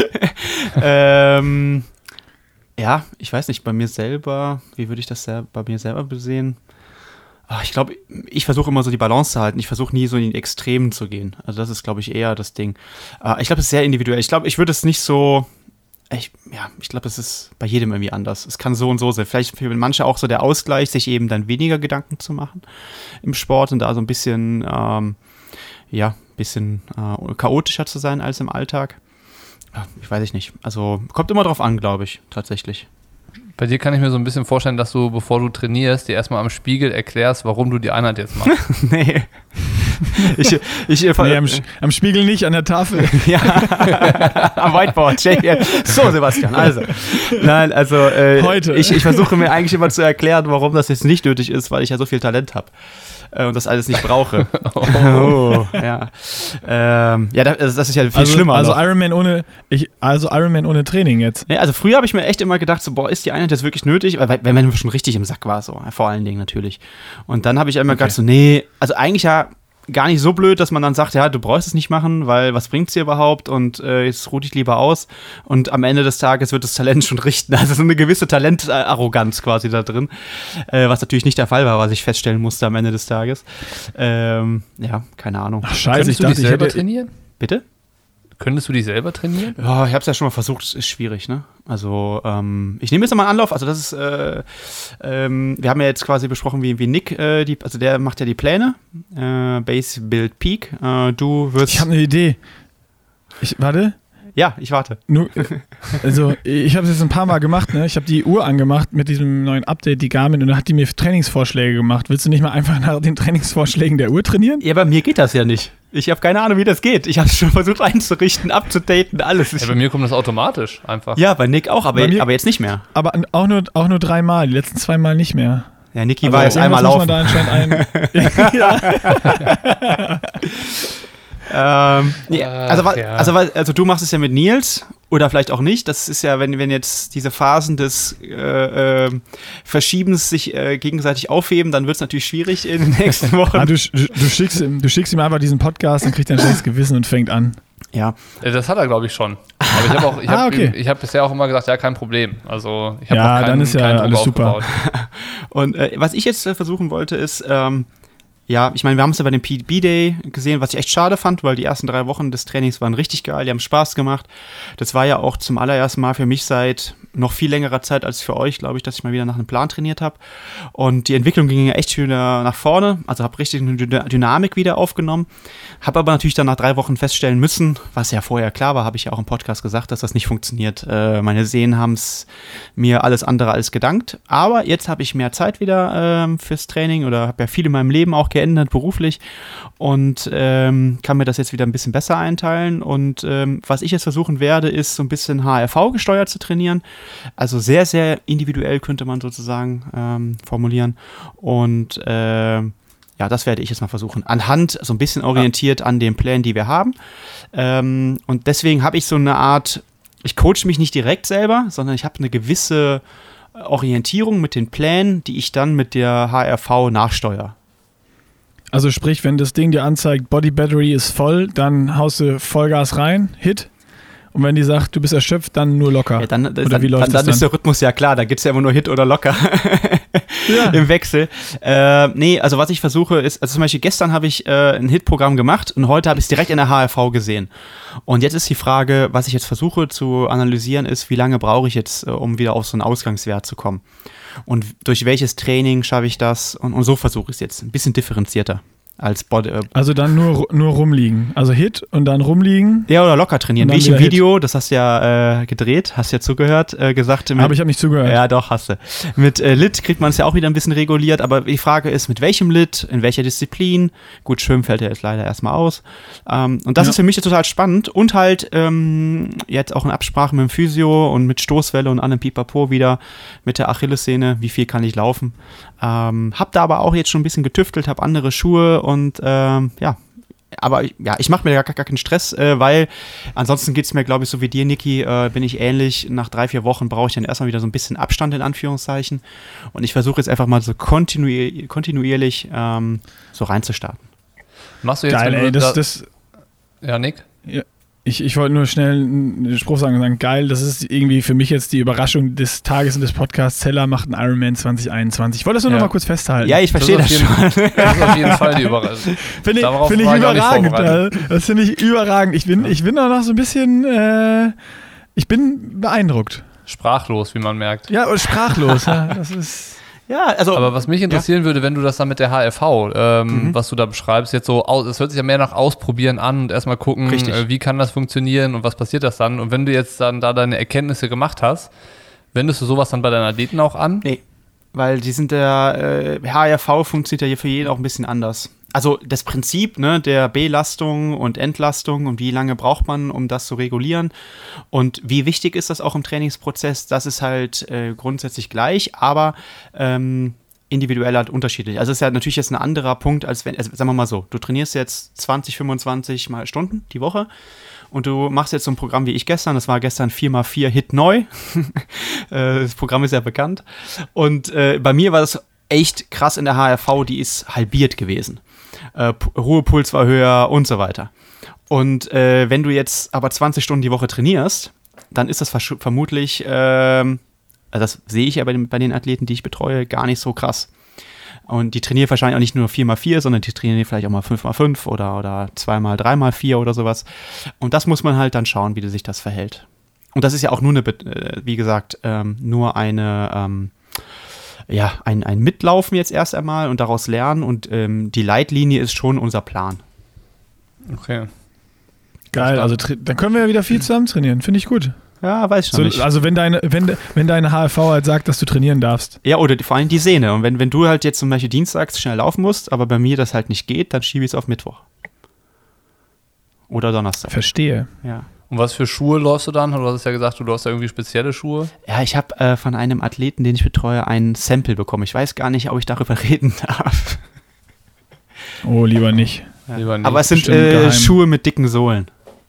C: ähm, ja, ich weiß nicht. Bei mir selber, wie würde ich das sel- bei mir selber besehen? Ach, ich glaube, ich versuche immer so die Balance zu halten. Ich versuche nie so in die Extremen zu gehen. Also das ist, glaube ich, eher das Ding. Äh, ich glaube, es ist sehr individuell. Ich glaube, ich würde es nicht so. Ich, ja, ich glaube, es ist bei jedem irgendwie anders. Es kann so und so sein. Vielleicht für manche auch so der Ausgleich, sich eben dann weniger Gedanken zu machen im Sport und da so ein bisschen, ähm, ja, ein bisschen äh, chaotischer zu sein als im Alltag. Ja, ich weiß ich nicht. Also kommt immer drauf an, glaube ich, tatsächlich.
A: Bei dir kann ich mir so ein bisschen vorstellen, dass du, bevor du trainierst, dir erstmal am Spiegel erklärst, warum du die Einheit jetzt machst.
C: nee. Ich, ich, ich,
B: Nee, am, Sch- am Spiegel nicht, an der Tafel.
C: ja, am Whiteboard. So, Sebastian, also. Nein, also äh,
B: Heute.
C: Ich, ich versuche mir eigentlich immer zu erklären, warum das jetzt nicht nötig ist, weil ich ja so viel Talent habe äh, und das alles nicht brauche. oh, ja. Ähm, ja, das, das ist ja viel
B: Also,
C: schlimmer.
B: also
C: noch.
B: Ironman ohne, ich, also Ironman ohne Training jetzt.
C: Ja, also früher habe ich mir echt immer gedacht, so, boah, ist die Einheit jetzt wirklich nötig? Weil, wenn man schon richtig im Sack war, so, vor allen Dingen natürlich. Und dann habe ich immer
B: Okay.
C: gedacht, so, nee, also eigentlich ja gar nicht so blöd, dass man dann sagt, ja, du brauchst es nicht machen, weil was bringt's dir überhaupt und äh, jetzt ruh dich lieber aus und am Ende des Tages wird das Talent schon richten. Also so eine gewisse Talentarroganz quasi da drin, äh, was natürlich nicht der Fall war, was ich feststellen musste am Ende des Tages. Ähm, ja, keine Ahnung.
B: Ach scheiße,
A: Könntest
B: ich
A: du
B: dachte,
A: dich
B: ich
A: selber
B: hätte...
A: trainieren?
C: Bitte?
A: Könntest du dich selber trainieren?
C: Ja, ich habe es ja schon mal versucht, ist schwierig, ne? Also, ähm, ich nehme jetzt mal einen Anlauf, also das ist, äh, ähm, wir haben ja jetzt quasi besprochen, wie, wie Nick, äh, die, also der macht ja die Pläne, äh, Base, Build, Peak, äh, du wirst...
B: Ich habe eine Idee. Ich, warte.
C: Ja, ich warte.
B: Nur, also, ich habe es jetzt ein paar Mal gemacht, ne? Ich habe die Uhr angemacht mit diesem neuen Update, die Garmin, und dann hat die mir Trainingsvorschläge gemacht. Willst du nicht mal einfach nach den Trainingsvorschlägen der Uhr trainieren?
C: Ja, bei mir geht das ja nicht. Ich habe keine Ahnung, wie das geht. Ich habe es schon versucht einzurichten, abzudaten, alles.
A: Ja, bei mir kommt das automatisch einfach.
C: Ja, bei Nick auch, aber,
B: Bei mir-
C: aber jetzt nicht mehr.
B: Aber auch nur, auch nur dreimal, die letzten zwei Mal nicht mehr.
C: Ja, Niki
B: Also
C: war jetzt einmal
B: irgendwas
C: laufen.
B: muss man da anscheinend ein, ja.
C: Ähm, nee,
A: Ach,
C: also, wa-
A: ja.
C: also, wa- also du machst es ja mit Nils oder vielleicht auch nicht. Das ist ja, wenn, wenn jetzt diese Phasen des äh, äh, Verschiebens sich äh, gegenseitig aufheben, dann wird es natürlich schwierig in den nächsten Wochen.
B: Ah, du, du, du, schickst, ihm- du schickst ihm einfach diesen Podcast, dann kriegt er ein schlechtes Gewissen und fängt an.
C: Ja,
A: Äh, Das hat er, glaube ich, schon. Aber ich habe auch, ich
B: Ah,
A: hab,
B: okay.
A: ich hab bisher auch immer gesagt, ja, kein Problem. Also ich habe
B: Ja,
A: auch keinen,
B: dann ist ja
A: keinen Druck
B: alles super.
A: aufgebaut.
C: und äh, was ich jetzt äh, versuchen wollte, ist, ähm, ja, ich meine, wir haben es ja bei dem P B-Day gesehen, was ich echt schade fand, weil die ersten drei Wochen des Trainings waren richtig geil, die haben Spaß gemacht. Das war ja auch zum allerersten Mal für mich seit noch viel längerer Zeit als für euch, glaube ich, dass ich mal wieder nach einem Plan trainiert habe. Und die Entwicklung ging ja echt wieder nach vorne, also habe richtig eine Dü- Dynamik wieder aufgenommen. Habe aber natürlich dann nach drei Wochen feststellen müssen, was ja vorher klar war, habe ich ja auch im Podcast gesagt, dass das nicht funktioniert. Äh, meine Sehnen haben es mir alles andere als gedankt. Aber jetzt habe ich mehr Zeit wieder ähm, fürs Training oder habe ja viel in meinem Leben auch geändert, beruflich. Und ähm, kann mir das jetzt wieder ein bisschen besser einteilen. Und ähm, was ich jetzt versuchen werde, ist so ein bisschen H R V gesteuert zu trainieren. Also sehr, sehr individuell könnte man sozusagen ähm, formulieren. Und ähm, ja, das werde ich jetzt mal versuchen. Anhand, so ein bisschen orientiert an den Plänen, die wir haben. Ähm, und deswegen habe ich so eine Art, ich coache mich nicht direkt selber, sondern ich habe eine gewisse Orientierung mit den Plänen, die ich dann mit der H R V nachsteuere.
B: Also sprich, wenn das Ding dir anzeigt, Body Battery ist voll, dann haust du Vollgas rein, Hit. Und wenn die sagt, du bist erschöpft, dann nur locker.
C: Ja, dann,
B: Oder
C: dann,
B: wie läuft
C: dann,
B: das
C: dann ist der Rhythmus ja klar, da gibt es ja immer nur Hit oder locker
B: Ja.
C: im Wechsel. Äh, nee, also was ich versuche ist, also zum Beispiel gestern habe ich äh, ein Hit-Programm gemacht und heute habe ich es direkt in der H R V gesehen. Und jetzt ist die Frage, was ich jetzt versuche zu analysieren, ist, wie lange brauche ich jetzt, äh, um wieder auf so einen Ausgangswert zu kommen. Und durch welches Training schaffe ich das? Und, und so versuche ich es jetzt, ein bisschen differenzierter als Body. Äh,
B: Also dann nur, nur rumliegen. Also Hit und dann rumliegen.
C: ja, oder locker trainieren.
B: Und
C: Wie
B: dann
C: ich im
B: wieder
C: Video, das hast du ja äh, gedreht, hast ja zugehört, äh, gesagt.
B: Aber ich habe nicht zugehört.
C: Ja, doch, hast du. Mit äh, Lit kriegt man es ja auch wieder ein bisschen reguliert, aber die Frage ist, mit welchem Lit, in welcher Disziplin? Gut, Schwimmen fällt ja jetzt leider erstmal aus. Ähm, und das
B: Ja.
C: ist für mich total spannend und halt ähm, jetzt auch in Absprache mit dem Physio und mit Stoßwelle und allem Pipapo wieder mit der Achillessehne, wie viel kann ich laufen. Ähm, hab da aber auch jetzt schon ein bisschen getüftelt, hab andere Schuhe und ähm, ja, aber ich- ja, ich mache mir gar, gar keinen Stress, äh, weil ansonsten geht es mir, glaube ich, so wie dir, Niki, äh, bin ich ähnlich. Nach drei, vier Wochen brauche ich dann erstmal wieder so ein bisschen Abstand in Anführungszeichen. Und ich versuche jetzt einfach mal so kontinuier kontinuierlich ähm, so reinzustarten.
A: Machst du jetzt,
B: Geil,
A: wenn du
B: ey. Das,
A: da-
B: das,
A: Ja, Nick?
B: ich ich wollte nur schnell einen Spruch sagen und sagen, geil, das ist irgendwie für mich jetzt die Überraschung des Tages und des Podcasts. Zeller macht einen Ironman zwanzig einundzwanzig. Ich wollte das nur
A: Ja.
B: noch mal kurz festhalten.
C: Ja, ich verstehe das,
A: Das ist auf
C: schon.
A: Das ist auf jeden Fall die Überraschung.
B: Finde ich,
A: Darauf
B: find ich
A: war ich auch nicht
B: überragend.
A: vorbereitet.
B: äh, Das finde ich überragend. Ich bin, ich bin auch noch so ein bisschen, äh, ich bin beeindruckt.
A: Sprachlos, wie man merkt.
B: Ja, und sprachlos. ja, das ist.
C: Ja, also
A: Aber was mich interessieren würde, wenn du das dann mit der H R V, ähm, was du da beschreibst, jetzt so, aus, es hört sich ja mehr nach Ausprobieren an und erstmal gucken,
C: Richtig.
A: äh, wie kann das funktionieren und was passiert das dann? Und wenn du jetzt dann da deine Erkenntnisse gemacht hast, wendest du sowas dann bei deinen Athleten auch an?
C: nee, weil die sind der äh, H R V funktioniert ja hier für jeden auch ein bisschen anders. Also das Prinzip, ne, der Belastung und Entlastung und wie lange braucht man, um das zu regulieren und wie wichtig ist das auch im Trainingsprozess, das ist halt äh, grundsätzlich gleich, aber ähm, individuell halt unterschiedlich. Also es ist ja natürlich jetzt ein anderer Punkt, als wenn, also sagen wir mal so, du trainierst jetzt zwanzig, fünfundzwanzig mal Stunden die Woche und du machst jetzt so ein Programm wie ich gestern, das war gestern vier mal vier Hit neu, das Programm ist ja bekannt und äh, bei mir war das echt krass in der H R V, die ist halbiert gewesen. Äh, Ruhepuls war höher und so weiter. Und äh, wenn du jetzt aber zwanzig Stunden die Woche trainierst, dann ist das versch- vermutlich, ähm, also das sehe ich ja bei den, bei den Athleten, die ich betreue, gar nicht so krass. Und die trainieren wahrscheinlich auch nicht nur vier mal vier, sondern die trainieren vielleicht auch mal fünf mal fünf oder, oder zwei mal drei mal vier oder sowas. Und das muss man halt dann schauen, wie sich das verhält. Und das ist ja auch nur eine, wie gesagt, ähm, nur eine, ähm, ja, ein, ein Mitlaufen jetzt erst einmal und daraus lernen. Und ähm, die Leitlinie ist schon unser Plan.
A: Okay.
B: Geil, also tra- dann können wir ja wieder viel zusammen trainieren. Finde ich gut.
C: Ja, weiß ich noch
B: So,
C: nicht.
B: also wenn deine, wenn, wenn deine H F V halt sagt, dass du trainieren darfst.
C: Ja, oder die, vor allem die Sehne. Und wenn, wenn du halt jetzt zum Beispiel dienstags schnell laufen musst, aber bei mir das halt nicht geht, dann schiebe ich es auf Mittwoch. Oder Donnerstag.
B: Verstehe.
C: Ja.
A: Und was für Schuhe läufst du dann? Du hast ja gesagt, du läufst ja irgendwie spezielle Schuhe.
C: Ja, ich habe äh, von einem Athleten, den ich betreue, ein Sample bekommen. Ich weiß gar nicht, ob ich darüber reden darf.
B: Oh, lieber nicht.
C: Ja.
A: Lieber nicht.
C: Aber es sind
B: Bestimmt
C: äh,
B: geheim.
C: Schuhe mit dicken Sohlen.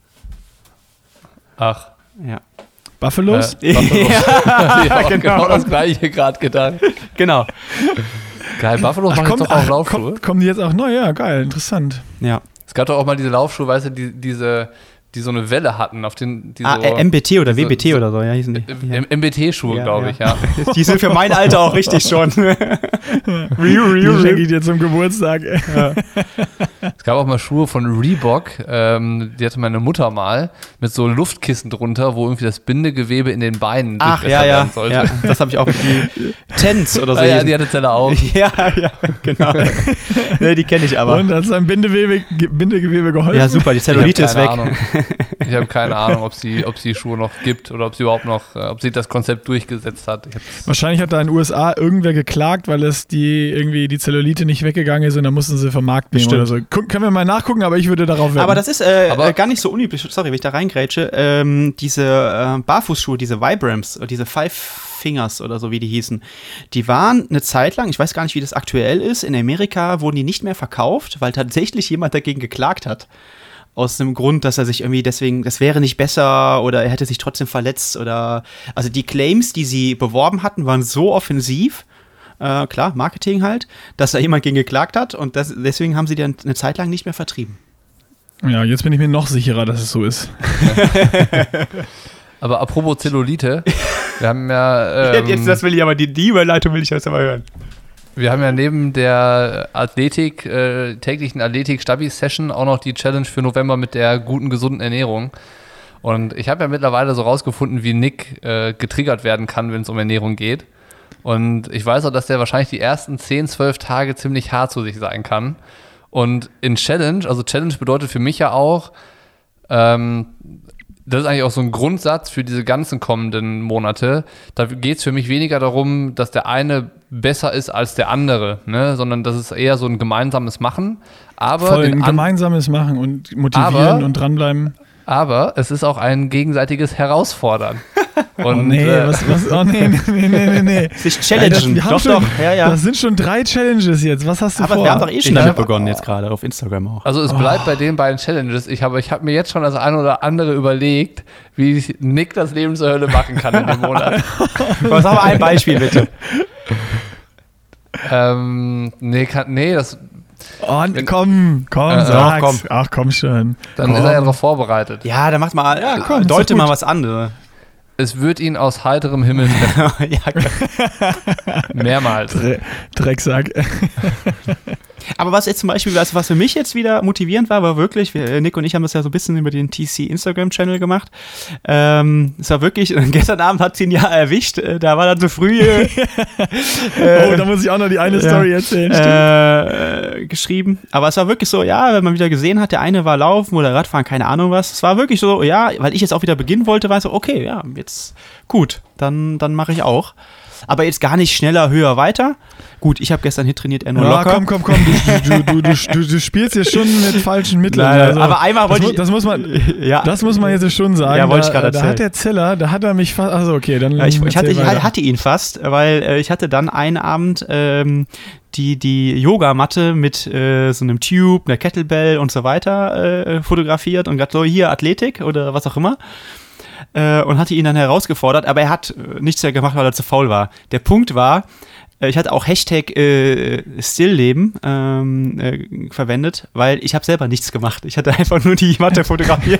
A: Ach.
C: Ja.
B: Buffalos?
A: Äh, Buffalo.
C: Ja,
A: Ich hab
C: genau.
A: genau das gleiche gerade gedacht.
C: Genau.
A: Geil, Buffalo macht jetzt doch auch Laufschuhe.
B: Kommen, kommen die jetzt auch neu? Ja, geil, interessant.
C: Ja.
A: Es gab doch auch mal diese Laufschuhe, weißt du, die, diese, die so eine Welle hatten, auf den, die
C: Ah,
A: so,
C: äh, M B T oder
A: diese-
C: W B T oder so, ja, hießen die.
A: äh, M B T-Schuhe,
C: Ja,
A: glaube
C: ja.
A: ich, ja.
C: Die sind für mein Alter auch richtig schon.
B: Die schenke ich dir zum Geburtstag.
A: Es gab auch mal Schuhe von Reebok, ähm, die hatte meine Mutter mal, mit so Luftkissen drunter, wo irgendwie das Bindegewebe in den Beinen
C: Ach,
A: besser
C: ja, ja.
A: werden sollte.
C: ja. Das habe ich auch. Die Tens oder so.
A: Ah, ja,
C: hießen.
A: die hatte Zelle auch.
C: ja, ja, genau. Nee, die kenne ich aber.
B: Und hat es dein Bindewebe, Ge- Bindegewebe geholfen?
C: Ja, super, die Zellulite
A: Ich
C: ist
A: hab
C: weg.
A: keine Ahnung. Ich habe keine Ahnung, ob sie, ob sie Schuhe noch gibt oder ob sie überhaupt noch, äh, ob sie das Konzept durchgesetzt hat. Ich hab's-
B: Wahrscheinlich hat da in den U S A irgendwer geklagt, weil es die irgendwie die Zellulite nicht weggegangen ist und dann mussten sie vom Markt nehmen
C: Stimmt.
B: oder so. Guck, können wir mal nachgucken, aber ich würde darauf wetten.
C: Aber das ist äh,
A: Aber-
C: äh, gar nicht so unüblich, sorry, wenn ich da reingrätsche, ähm, diese äh, Barfußschuhe, diese Vibrams, oder diese Five Fingers oder so, wie die hießen, die waren eine Zeit lang, ich weiß gar nicht, wie das aktuell ist, in Amerika wurden die nicht mehr verkauft, weil tatsächlich jemand dagegen geklagt hat. Aus dem Grund, dass er sich irgendwie deswegen, das wäre nicht besser oder er hätte sich trotzdem verletzt oder, also die Claims, die sie beworben hatten, waren so offensiv, äh, klar, Marketing halt, dass da jemand gegen geklagt hat und das, deswegen haben sie die dann eine Zeit lang nicht mehr vertrieben.
B: ja, jetzt bin ich mir noch sicherer, dass es so ist.
A: Aber apropos Zellulite, wir haben ja, ähm,
C: Jetzt, das will ich aber, die, die Überleitung will ich jetzt aber hören.
A: wir haben ja neben der Athletik, äh, täglichen Athletik-Stabi-Session auch noch die Challenge für November mit der guten, gesunden Ernährung. Und ich habe ja mittlerweile so rausgefunden, wie Nick äh, getriggert werden kann, wenn es um Ernährung geht. Und ich weiß auch, dass der wahrscheinlich die ersten zehn, zwölf Tage ziemlich hart zu sich sein kann. Und in Challenge, also Challenge bedeutet für mich ja auch, ähm, das ist eigentlich auch so ein Grundsatz für diese ganzen kommenden Monate. Da geht es für mich weniger darum, dass der eine besser ist als der andere, ne? Sondern das ist eher so ein gemeinsames Machen. Aber,
B: Voll
A: den
B: ein
A: an-
B: gemeinsames Machen und motivieren
A: Aber-
B: und dranbleiben.
A: aber es ist auch ein gegenseitiges Herausfordern. Und,
B: Oh nee,
A: äh,
B: was, was, oh nee, nee, nee, nee, nee.
C: Sich
B: Ey,
C: challengen.
B: das, wir haben
C: doch,
B: schon,
C: doch, ja, ja.
B: Das sind schon drei Challenges jetzt. Was hast du
C: Aber
B: vor?
C: wir haben doch eh schon
A: Ich
C: damit
A: hab-
C: begonnen jetzt gerade auf Instagram auch.
A: Also es bleibt bei den beiden Challenges. Ich habe ich hab mir jetzt schon das eine oder andere überlegt, wie ich Nick das Leben zur Hölle machen kann in dem Monat.
C: Was haben wir ein Beispiel bitte?
A: ähm, nee, kann, nee, das,
B: Oh, komm, komm,
A: Äh,
B: sag's.
C: komm.
B: Ach, komm schon.
A: dann
B: komm.
A: ist er ja darauf vorbereitet.
C: Ja, dann macht mal, ja,
B: komm, ist
C: deute
B: doch
C: mal
B: gut.
C: was anderes.
A: Es wird ihn aus heiterem Himmel treffen.
C: ja, klar.
A: Mehrmals.
B: Dre Drecksack.
C: Aber was jetzt zum Beispiel, was, was für mich jetzt wieder motivierend war, war wirklich, wir, Nick und ich haben das ja so ein bisschen über den T C Instagram-Channel gemacht. Ähm, es war wirklich, gestern Abend hat sie ihn ja erwischt, äh, da war dann so früh äh,
B: Oh, da muss ich auch noch die eine
C: Ja.
B: Story erzählen. stimmt.
C: äh, geschrieben. Aber es war wirklich so, ja, wenn man wieder gesehen hat, der eine war laufen oder Radfahren, keine Ahnung was. Es war wirklich so, ja, weil ich jetzt auch wieder beginnen wollte, war so, okay, ja, jetzt gut, dann, dann mache ich auch. Aber jetzt gar nicht schneller, höher, weiter. Gut, ich habe gestern Hit trainiert, er nur
B: Ja,
C: locker.
B: komm, komm, komm. Du, du, du, du, du, du spielst hier schon mit falschen Mitteln.
C: Nein,
B: Also,
C: aber einmal
B: das,
C: wollte
B: mu-
C: ich-
B: das muss man,
C: ja,
B: das muss man jetzt schon sagen.
C: Ja, wollte ich
B: da,
C: gerade
B: da
C: erzählen.
B: hat der Zeller, da hat er mich fast. Also okay, dann.
C: Ja, ich, ich, hatte,
B: erzähl
C: ich
B: weiter.
C: hatte ihn fast, weil äh, ich hatte dann einen Abend ähm, die, die Yogamatte mit äh, so einem Tube, einer Kettlebell und so weiter äh, fotografiert und gesagt, so hier Athletik oder was auch immer. Äh, und hatte ihn dann herausgefordert, aber er hat äh, nichts mehr gemacht, weil er zu faul war. Der Punkt war, Ich hatte auch Hashtag äh, Stillleben ähm, äh, verwendet, weil ich habe selber nichts gemacht. Ich hatte einfach nur die Matte fotografiert.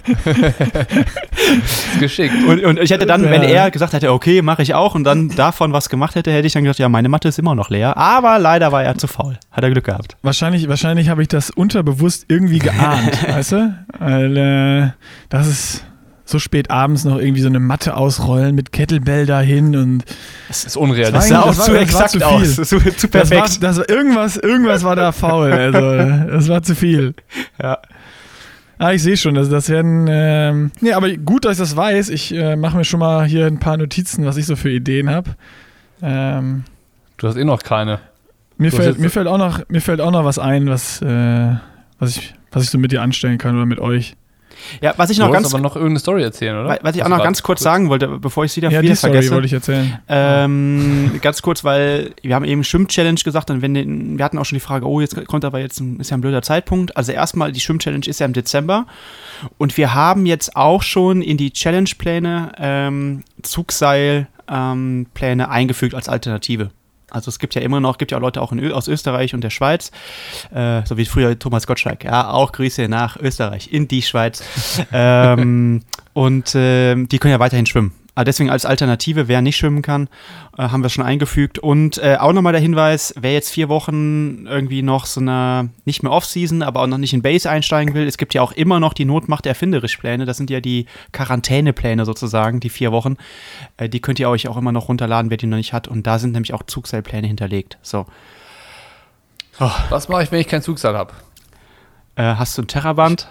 A: Geschickt.
C: Und, und ich hätte dann, wenn er gesagt hätte, okay, mache ich auch, und dann davon was gemacht hätte, hätte ich dann gesagt, ja, meine Matte ist immer noch leer. Aber leider war er zu faul. Hat er Glück gehabt.
B: Wahrscheinlich, wahrscheinlich habe ich das unterbewusst irgendwie geahnt, weißt du? Weil äh, das ist so spät abends noch irgendwie so eine Matte ausrollen mit Kettlebell dahin und
A: das ist unrealistisch.
C: Das sah auch
B: das war,
C: zu
B: das
C: exakt
B: zu
C: aus. Zu, zu perfekt.
B: Das war, das war, irgendwas, irgendwas war da faul. Also, das war zu viel.
C: Ja.
B: Ah, ich sehe schon, das, das werden. Ähm, nee, aber gut, dass ich das weiß. Ich äh, mache mir schon mal hier ein paar Notizen, was ich so für Ideen habe. Ähm,
A: du hast eh noch keine.
B: Mir fällt, mir fällt auch noch, mir fällt auch noch was ein, was, äh, was ich, was ich so mit dir anstellen kann oder mit euch.
C: Ja, was ich
A: du
C: noch ganz
A: aber noch irgendeine Story erzählen, oder?
C: Was ich auch
A: also
C: noch ganz kurz sagen wollte, bevor ich es wieder,
B: ja,
C: wieder
B: die Story
C: vergesse.
B: wollte ich erzählen.
C: Ähm, ganz kurz, weil wir haben eben Schwimm-Challenge gesagt und wenn den, wir hatten auch schon die Frage, oh, jetzt kommt aber jetzt ein, ist ja ein blöder Zeitpunkt. Also erstmal, die Schwimm-Challenge ist ja im Dezember und wir haben jetzt auch schon in die Challenge-Pläne ähm, Zugseil-Pläne ähm, eingefügt als Alternative. Also es gibt ja immer noch, gibt ja auch Leute auch in Ö- aus Österreich und der Schweiz, äh, so wie früher Thomas Gottschalk, ja, auch Grüße nach Österreich, in die Schweiz. ähm, und äh, die können ja weiterhin schwimmen. Aber deswegen als Alternative, wer nicht schwimmen kann, äh, haben wir schon eingefügt. Und äh, auch nochmal der Hinweis, wer jetzt vier Wochen irgendwie noch so eine, nicht mehr Off-Season, aber auch noch nicht in Base einsteigen will, es gibt ja auch immer noch die Notmacht erfinderisch Pläne, das sind ja die Quarantänepläne sozusagen, die vier Wochen. Äh, die könnt ihr euch auch immer noch runterladen, wer die noch nicht hat. Und da sind nämlich auch Zugseilpläne hinterlegt. So.
A: Oh. Was mache ich, wenn ich kein Zugseil habe?
C: Äh, hast du ein Terraband?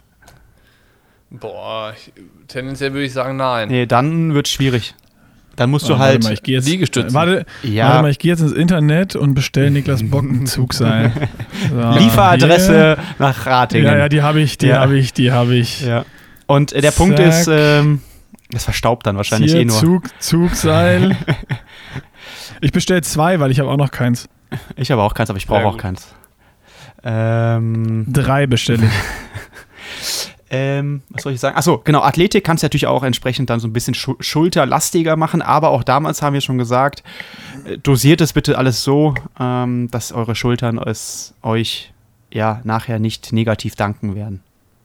A: Boah, ich, tendenziell würde ich sagen, nein.
C: Nee, dann wird es schwierig. Dann musst du
B: oh,
C: halt.
B: Warte mal, ich gehe jetzt,
A: Liegestützen.
B: Warte,
C: ja.
B: warte mal, ich gehe jetzt ins Internet und bestelle Niklas Bock ein Zugseil. So,
C: Lieferadresse hier. Nach Ratingen.
B: Ja, ja, die habe ich, die
C: ja.
B: habe ich, die habe ich.
C: Ja. Und äh, der Zack. Punkt ist, ähm, das verstaubt dann wahrscheinlich
B: hier,
C: eh nur.
B: Zug, Zugseil. Ich bestelle zwei, weil ich habe auch noch keins.
C: Ich habe auch keins, aber ich brauche auch keins. Ähm,
B: Drei bestelle ich.
C: Ähm, was soll ich sagen? Achso, genau, Athletik kannst du natürlich auch entsprechend dann so ein bisschen schul- schulterlastiger machen, aber auch damals haben wir schon gesagt, äh, dosiert es bitte alles so, ähm, dass eure Schultern es euch ja nachher nicht negativ danken werden.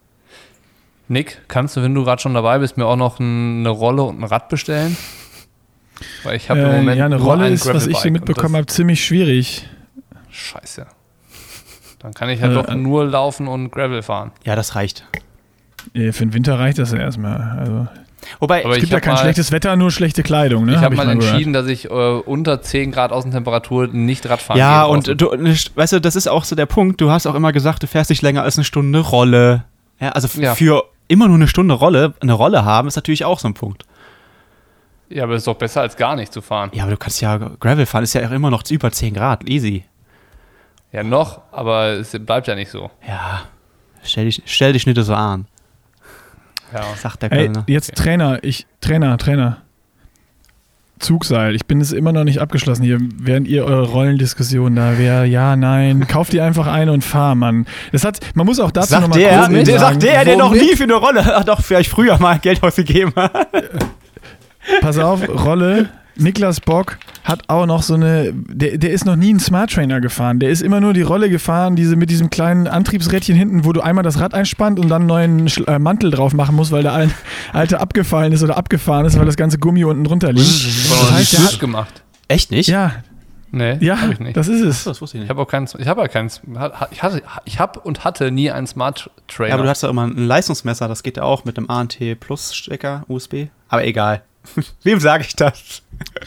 A: Nick, kannst du, wenn du gerade schon dabei bist, mir auch noch ein, eine Rolle und ein Rad bestellen? Weil ich habe im
B: Äh,
A: Moment
B: ja, eine
A: nur
B: Rolle
A: ein
B: ist, was ich so
A: Gravelbike
B: mitbekommen
A: und
B: habe, ziemlich schwierig.
A: das- Scheiße. Dann kann ich halt
B: Äh,
A: doch nur laufen und Gravel fahren.
C: Ja, das reicht.
B: Für den Winter reicht das ja erstmal. Also,
C: Wobei,
A: Aber
B: es
A: ich
B: gibt ja
A: hab
B: kein
A: mal-
B: schlechtes Wetter, nur schlechte Kleidung. Ne?
A: Ich habe
B: Hab
A: mal
B: mal gehört.
A: entschieden, dass ich äh, unter zehn Grad Außentemperatur nicht Radfahren
C: ja,
A: gehe.
C: und du, weißt du, das ist auch so der Punkt, du hast auch immer gesagt, du fährst nicht länger als eine Stunde Rolle. Ja, also f-
A: Ja.
C: für immer nur eine Stunde Rolle, eine Rolle haben, ist natürlich auch so ein Punkt.
A: Ja, aber es ist doch besser, als gar nicht zu fahren.
C: Ja, aber du kannst ja, Gravel fahren ist ja auch immer noch über zehn Grad, easy.
A: Ja, noch, aber es bleibt ja nicht so.
C: Ja, stell dich, stell dich nicht so an,
A: Ja.
C: sagt der
B: Ey,
C: Kölner.
B: jetzt
A: Okay.
B: Trainer, ich, Trainer, Trainer. Zugseil, ich bin es immer noch nicht abgeschlossen hier, während ihr eure Rollendiskussion da wäre, ja, nein, kauft die einfach eine und fahr, Mann. Das hat, man muss auch dazu
C: Sagt
B: nochmal
C: der,
B: kurz
C: der,
B: sagen,
C: sagt der, der noch
A: womit?
C: nie für eine Rolle, ach doch, vielleicht früher mal Geld ausgegeben hat.
B: pass auf, Rolle, Niklas Bock hat auch noch so eine, der, der ist noch nie einen Smart Trainer gefahren, der ist immer nur die Rolle gefahren, diese mit diesem kleinen Antriebsrädchen hinten, wo du einmal das Rad einspannt und dann einen neuen Sch- äh, Mantel drauf machen musst, weil der ein, alte abgefallen ist oder abgefahren ist, weil das ganze Gummi unten drunter liegt.
A: Das
B: heißt, der
A: gut
B: hat-
A: gemacht.
C: Echt nicht?
B: Ja,
A: Nee,
B: ja,
A: hab ich nicht.
B: das ist es.
C: Das wusste ich
A: Ich
C: nicht.
A: habe auch keinen, ich habe ja keinen, ich hatte, ich habe und hatte nie einen Smart Trainer.
C: Ja, aber du hast doch immer ein Leistungsmesser, das geht ja auch mit dem A N T Plus Stecker, U S B. Aber egal. Wem sage ich das?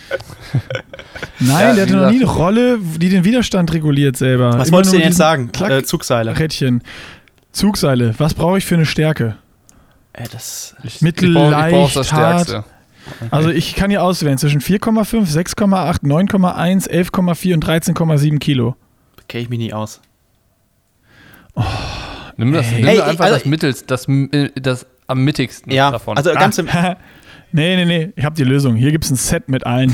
B: Nein,
A: Ja,
B: der hatte
A: wie
B: noch nie eine
A: gesagt-
B: Rolle, die den Widerstand reguliert selber.
C: Was
B: Immer
C: wolltest du
B: nur
C: denn jetzt
B: diesen
C: sagen?
B: Klack-
C: Äh, Zugseile.
B: Rädchen. Zugseile. Was brauche ich für eine Stärke?
C: Äh, das
A: ich,
B: Mittel,
A: ich brauch, ich brauch das
B: leicht, hart.
A: Stärkste.
B: Also ich kann hier auswählen zwischen vier Komma fünf, sechs Komma acht, neun Komma eins, elf Komma vier und dreizehn Komma sieben Kilo.
C: kenne ich mich nie aus.
A: Nimm das,
B: Ey.
A: nimm
C: Ey,
A: einfach
C: also-
A: das Mittels, das, äh, das am mittigsten
C: Ja,
A: davon.
C: also ganz im,
B: Ah, nee, nee, nee. Ich habe die Lösung. Hier gibt es ein Set mit allen.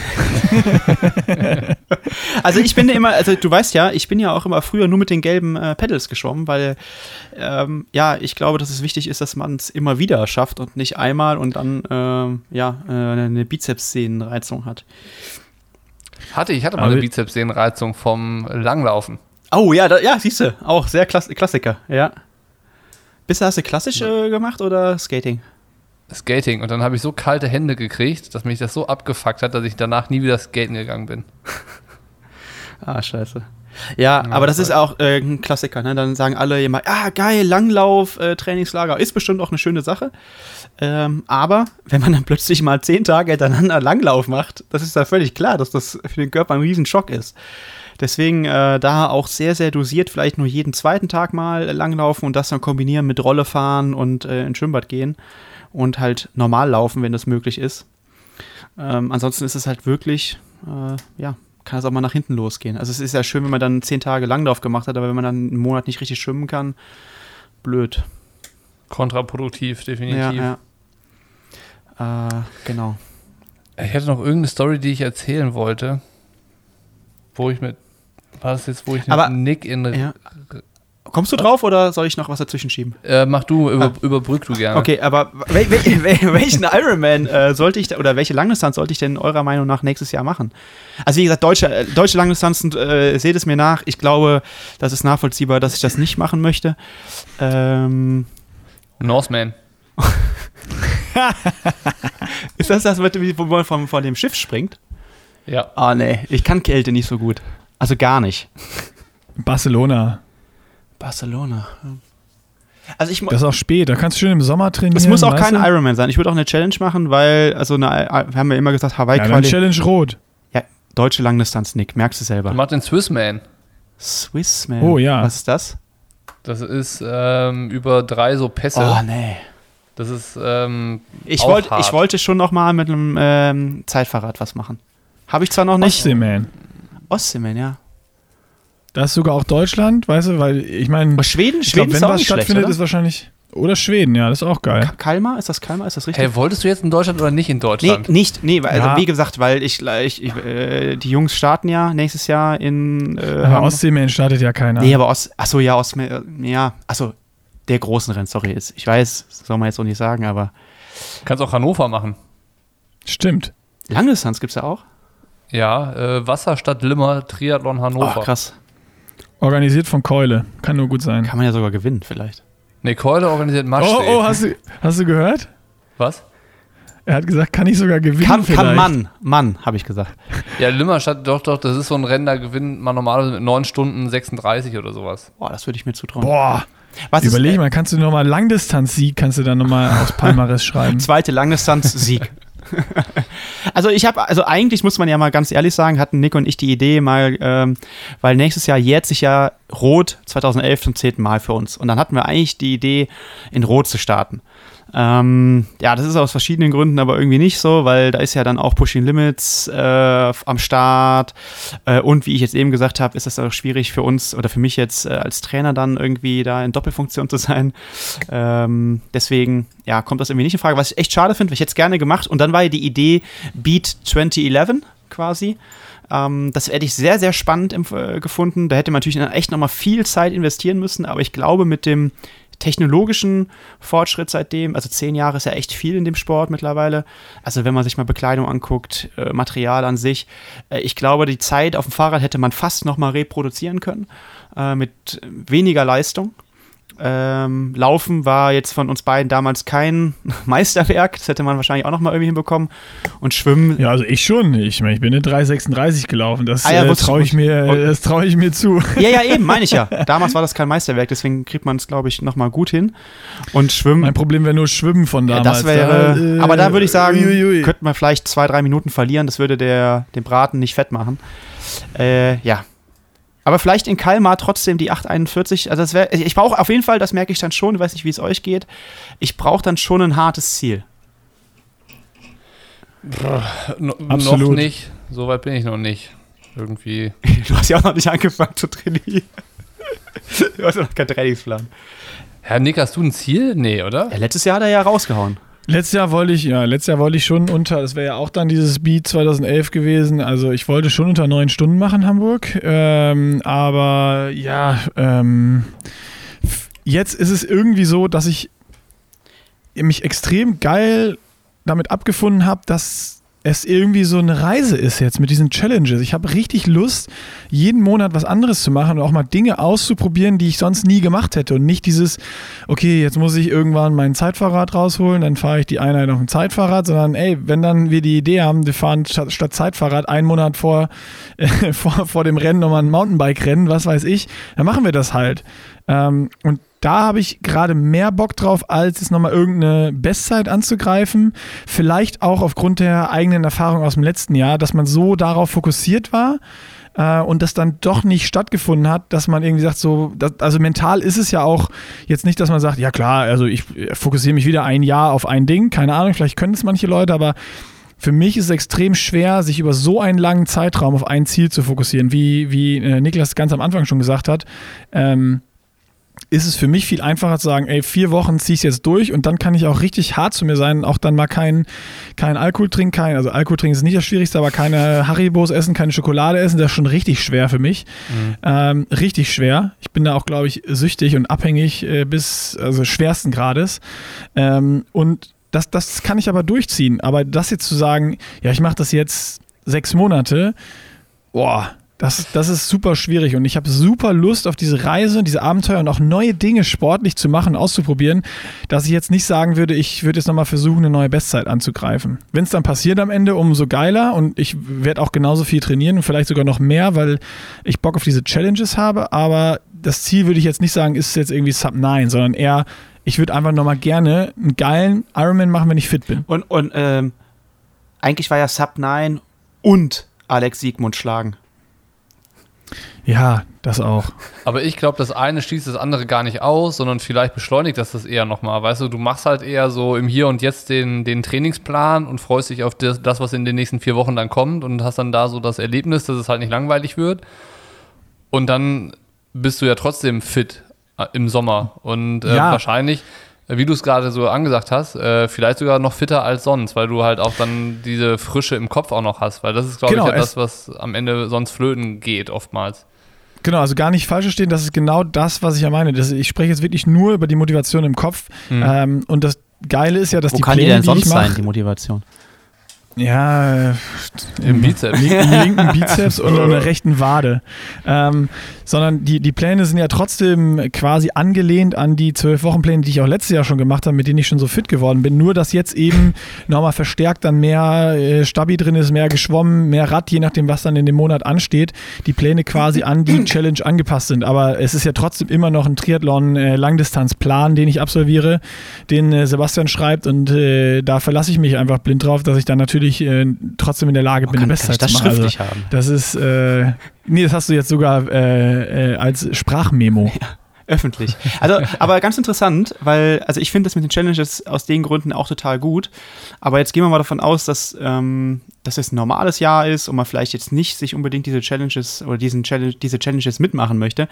C: Also ich bin immer, also du weißt ja, ich bin ja auch immer früher nur mit den gelben äh, Pedals geschwommen, weil ähm, ja, ich glaube, dass es wichtig ist, dass man es immer wieder schafft und nicht einmal und dann ähm, ja, äh, eine Bizepssehnenreizung hat.
A: Hatte ich, hatte mal
B: Aber-
A: eine Bizepssehnenreizung vom Langlaufen.
C: Oh ja, da, ja, siehst du, auch sehr Klass- Klassiker, ja. Bisher hast du klassisch äh, gemacht oder Skating?
A: Skating. Und dann habe ich so kalte Hände gekriegt, dass mich das so abgefuckt hat, dass ich danach nie wieder skaten gegangen bin.
C: Ah, scheiße. Ja,
A: Ja,
C: aber das
A: das
C: ist auch äh, ein Klassiker, ne? Dann sagen alle immer, ah, geil, Langlauf, äh, Trainingslager, ist bestimmt auch eine schöne Sache. Ähm, aber wenn man dann plötzlich mal zehn Tage hintereinander Langlauf macht, das ist ja völlig klar, dass das für den Körper ein Riesenschock ist. Deswegen äh, da auch sehr, sehr dosiert, vielleicht nur jeden zweiten Tag mal langlaufen und das dann kombinieren mit Rolle fahren und äh, ins Schwimmbad gehen und halt normal laufen, wenn das möglich ist. Ähm, ansonsten ist es halt wirklich, äh, ja, kann es auch mal nach hinten losgehen. Also es ist ja schön, wenn man dann zehn Tage Langlauf gemacht hat, aber wenn man dann einen Monat nicht richtig schwimmen kann, blöd.
A: Kontraproduktiv, definitiv.
C: Ja, ja. Äh, genau.
A: Ich hätte noch irgendeine Story, die ich erzählen wollte, wo ich mit, war das jetzt, wo ich
C: Aber-
A: mit Nick in,
C: Ja. Kommst du drauf oder soll ich noch was dazwischen schieben?
A: äh, mach du, über,
C: Ah.
A: überbrück du gerne.
C: Okay, aber wel, wel, wel, welchen Ironman äh, sollte ich, da- oder welche Langdistanz sollte ich denn eurer Meinung nach nächstes Jahr machen? Also wie gesagt, deutsche, äh, deutsche Langdistanzen, äh, seht es mir nach. Ich glaube, das ist nachvollziehbar, dass ich das nicht machen möchte. Ähm,
A: Norseman.
C: ist das das, wo man von, von dem Schiff springt?
A: Ja.
C: Ah, nee, ich kann Kälte nicht so gut. Also gar nicht.
B: Barcelona.
C: Barcelona. Also ich mu-
B: Das ist auch spät, da kannst du schön im Sommer trainieren.
C: es muss auch
B: weißt
C: kein
B: du?
C: Ironman sein. Ich würde auch eine Challenge machen, weil, also eine, wir haben ja immer gesagt,
B: Ja, dann
C: Hawaii-Quali.
B: Challenge Rot.
C: Ja, deutsche Langdistanz, Nick, merkst du selber.
A: Du machst den Swissman.
C: Swissman.
B: Oh, ja.
C: Was ist das?
A: Das ist ähm, über drei so Pässe.
C: Oh, nee.
A: Das ist, ähm,
C: Ich,
A: auch
C: wollt,
A: hart.
C: ich wollte schon noch mal mit einem ähm, Zeitfahrrad was machen. Habe ich zwar noch nicht.
B: Ostseeman.
C: Ostseeman, ja.
B: Das ist sogar auch Deutschland, weißt du, weil ich meine,
C: Aber Schweden,
B: ich
C: Schweden
B: glaube, wenn
C: ist auch
B: was
C: nicht schlecht,
B: stattfindet,
C: oder?
B: ist wahrscheinlich. Oder Schweden, ja, das ist auch geil.
C: Ka- Kalmar? Ist das Kalmar? Ist das richtig?
A: hey, wolltest du jetzt in Deutschland oder nicht in
C: Nee,
A: Deutschland?
C: nicht. Nee, weil, also
B: Ja.
C: wie gesagt, weil ich, ich, ich äh, die Jungs starten ja nächstes Jahr in äh,
B: Aber
C: Hamburg.
B: Ostseeman startet ja keiner.
C: Nee, aber Ost, achso, ja, Ost, ja, achso, der großen Rennen, sorry, ist, ich weiß, das soll man jetzt auch nicht sagen, aber
A: Kannst auch Hannover machen.
B: Stimmt.
C: Langdistanz gibt's ja auch?
A: Ja, äh, Wasserstadt Limmer, Triathlon Hannover.
C: Oh, krass.
B: Organisiert von Keule. Kann nur gut sein.
C: Kann man ja sogar gewinnen, vielleicht.
A: Ne, Keule organisiert Maschsee.
B: Oh, oh, hast du, hast du gehört?
A: Was?
B: Er hat gesagt, kann ich sogar gewinnen
C: Kann,
B: vielleicht.
C: kann man, Mann, habe ich gesagt.
A: Ja, Limmerstadt, doch, doch, das ist so ein Rennen, da gewinnt man normalerweise mit neun Stunden sechsunddreißig oder sowas.
C: Boah, das würde ich mir zutrauen.
B: Boah,
C: Was
B: überleg
C: ist,
B: mal, kannst du nochmal Langdistanz-Sieg, kannst du dann nochmal aus Palmares schreiben.
C: Zweite Langdistanz-Sieg. Also ich habe, also eigentlich muss man ja mal ganz ehrlich sagen, hatten Nick und ich die Idee mal, ähm, weil nächstes Jahr jährt sich ja Rot zweitausendelf zum zehnten Mal für uns. Und dann hatten wir eigentlich die Idee, in Rot zu starten. Ähm, ja, das ist aus verschiedenen Gründen aber irgendwie nicht so, weil da ist ja dann auch Pushing Limits äh, am Start äh, und wie ich jetzt eben gesagt habe, ist es auch schwierig für uns oder für mich jetzt äh, als Trainer dann irgendwie da in Doppelfunktion zu sein. Ähm, deswegen, ja, kommt das irgendwie nicht in Frage, was ich echt schade finde, weil ich hätte es gerne gemacht und dann war ja die Idee Beat zwanzig elf quasi. Ähm, das hätte ich sehr, sehr spannend empf- äh, gefunden. Da hätte man natürlich echt nochmal viel Zeit investieren müssen, aber ich glaube mit dem technologischen Fortschritt seitdem, also zehn Jahre ist ja echt viel in dem Sport mittlerweile, also wenn man sich mal Bekleidung anguckt, äh, Material an sich, äh, ich glaube, die Zeit auf dem Fahrrad hätte man fast noch mal reproduzieren können, äh, mit weniger Leistung. Ähm, Laufen war jetzt von uns beiden damals kein Meisterwerk, das hätte man wahrscheinlich auch noch mal irgendwie hinbekommen und Schwimmen,
B: Ja, also ich schon. Ich, meine, ich bin eine drei sechsunddreißig gelaufen. Das
C: Ah ja,
B: äh,
C: wusste ich,
B: traue ich,
C: wusste ich.
B: mir,
C: Und-
B: das trau ich mir zu.
C: ja, ja, eben, meine ich ja, damals war das kein Meisterwerk, deswegen kriegt man es, glaube ich, noch mal gut hin und Schwimmen.
B: Mein Problem wäre nur Schwimmen von
C: Ja,
B: damals.
C: das wäre,
B: Da, äh,
C: aber da würde ich sagen,
B: uiuiui.
C: könnte man vielleicht zwei, drei Minuten verlieren, das würde der, den Braten nicht fett machen. Äh, ja. Aber vielleicht in Kalmar trotzdem die acht einundvierzig, also das wäre, ich brauche auf jeden Fall, das merke ich dann schon, ich weiß nicht, wie es euch geht, ich brauche dann schon ein hartes Ziel.
A: No,
B: Absolut.
A: Noch nicht. So weit bin ich noch nicht. Irgendwie.
C: Du hast ja auch noch nicht angefangen zu trainieren. Du hast ja noch keinen Trainingsplan.
A: Herr Nick, hast du ein Ziel? Nee, oder?
C: Ja, letztes Jahr hat er ja rausgehauen.
B: Letztes Jahr wollte ich, ja, letztes Jahr wollte ich schon unter, das wäre ja auch dann dieses Beat zweitausendelf gewesen, also ich wollte schon unter neun Stunden machen in Hamburg, ähm, aber ja, ähm, f- jetzt ist es irgendwie so, dass ich mich extrem geil damit abgefunden habe, dass es irgendwie so eine Reise ist jetzt mit diesen Challenges. Ich habe richtig Lust, jeden Monat was anderes zu machen und auch mal Dinge auszuprobieren, die ich sonst nie gemacht hätte. Und nicht dieses, okay, jetzt muss ich irgendwann mein Zeitfahrrad rausholen, dann fahre ich die Einheit auf dem Zeitfahrrad, sondern ey, wenn dann wir die Idee haben, wir fahren statt, statt Zeitfahrrad einen Monat vor, äh, vor, vor dem Rennen nochmal ein Mountainbike-Rennen, was weiß ich, dann machen wir das halt. Ähm, und da habe ich gerade mehr Bock drauf, als jetzt nochmal irgendeine Bestzeit anzugreifen. Vielleicht auch aufgrund der eigenen Erfahrung aus dem letzten Jahr, dass man so darauf fokussiert war äh, und das dann doch nicht stattgefunden hat, dass man irgendwie sagt, so, das, also mental ist es ja auch jetzt nicht, dass man sagt, ja klar, also ich fokussiere mich wieder ein Jahr auf ein Ding, keine Ahnung, vielleicht können es manche Leute, aber für mich ist es extrem schwer, sich über so einen langen Zeitraum auf ein Ziel zu fokussieren, wie, wie äh, Niklas ganz am Anfang schon gesagt hat. Ähm, ist es für mich viel einfacher zu sagen, ey, vier Wochen zieh ich jetzt durch und dann kann ich auch richtig hart zu mir sein, auch dann mal keinen kein Alkohol trinken, kein, also Alkohol trinken ist nicht das Schwierigste, aber keine Haribos essen, keine Schokolade essen, das ist schon richtig schwer für mich. Mhm. Ähm, richtig schwer. Ich bin da auch, glaube ich, süchtig und abhängig äh, bis, also schwersten Grades. Ähm, und das, das kann ich aber durchziehen. Aber das jetzt zu sagen, ja, ich mache das jetzt sechs Monate, boah, Das, das ist super schwierig und ich habe super Lust auf diese Reise, diese Abenteuer und auch neue Dinge sportlich zu machen, auszuprobieren, dass ich jetzt nicht sagen würde, ich würde jetzt nochmal versuchen, eine neue Bestzeit anzugreifen. Wenn es dann passiert am Ende, umso geiler und ich werde auch genauso viel trainieren und vielleicht sogar noch mehr, weil ich Bock auf diese Challenges habe, aber das Ziel würde ich jetzt nicht sagen, ist jetzt irgendwie Sub neun, sondern eher, ich würde einfach nochmal gerne einen geilen Ironman machen, wenn ich fit bin.
C: Und, und ähm, eigentlich war ja Sub neun und Alex Siegmund schlagen.
B: Ja, das auch.
A: Aber ich glaube, das eine schließt das andere gar nicht aus, sondern vielleicht beschleunigt das das eher nochmal. Weißt du, du machst halt eher so im Hier und Jetzt den, den Trainingsplan und freust dich auf das, das, was in den nächsten vier Wochen dann kommt und hast dann da so das Erlebnis, dass es halt nicht langweilig wird. Und dann bist du ja trotzdem fit im Sommer. Und äh, ja. wahrscheinlich, wie du es gerade so angesagt hast, äh, vielleicht sogar noch fitter als sonst, weil du halt auch dann diese Frische im Kopf auch noch hast. Weil das ist, glaube genau, ich, ja das, was am Ende sonst flöten geht oftmals.
B: Genau, also gar nicht falsch verstehen, das ist genau das, was ich ja meine. Das, ich spreche jetzt wirklich nur über die Motivation im Kopf. Mhm. Ähm, und das Geile ist ja, dass
C: Wo
B: die
C: kann
B: Pläne,
C: die denn sonst
B: die ich mach,
C: sein, die Motivation?
B: Ja,
A: im Bizeps.
B: Im linken Bizeps und in der rechten Wade. Ähm, sondern die, die Pläne sind ja trotzdem quasi angelehnt an die zwölf Wochen Pläne, die ich auch letztes Jahr schon gemacht habe, mit denen ich schon so fit geworden bin. Nur, dass jetzt eben nochmal verstärkt dann mehr äh, Stabi drin ist, mehr geschwommen, mehr Rad, je nachdem, was dann in dem Monat ansteht, die Pläne quasi an die Challenge angepasst sind. Aber es ist ja trotzdem immer noch ein Triathlon-Langdistanzplan, äh, den ich absolviere, den äh, Sebastian schreibt und äh, da verlasse ich mich einfach blind drauf, dass ich dann natürlich Äh, trotzdem in der Lage bin,
C: oh,
B: eine Bestzeit
C: zu machen. Schriftlich
B: also,
C: haben.
B: Das ist, äh, nee, das hast du jetzt sogar äh, äh, als Sprachmemo.
C: Ja, öffentlich. Also, aber ganz interessant, weil, also ich finde das mit den Challenges aus den Gründen auch total gut. Aber jetzt gehen wir mal davon aus, dass, ähm, dass es ein normales Jahr ist und man vielleicht jetzt nicht sich unbedingt diese Challenges oder diesen Challenge, diese Challenges mitmachen möchte.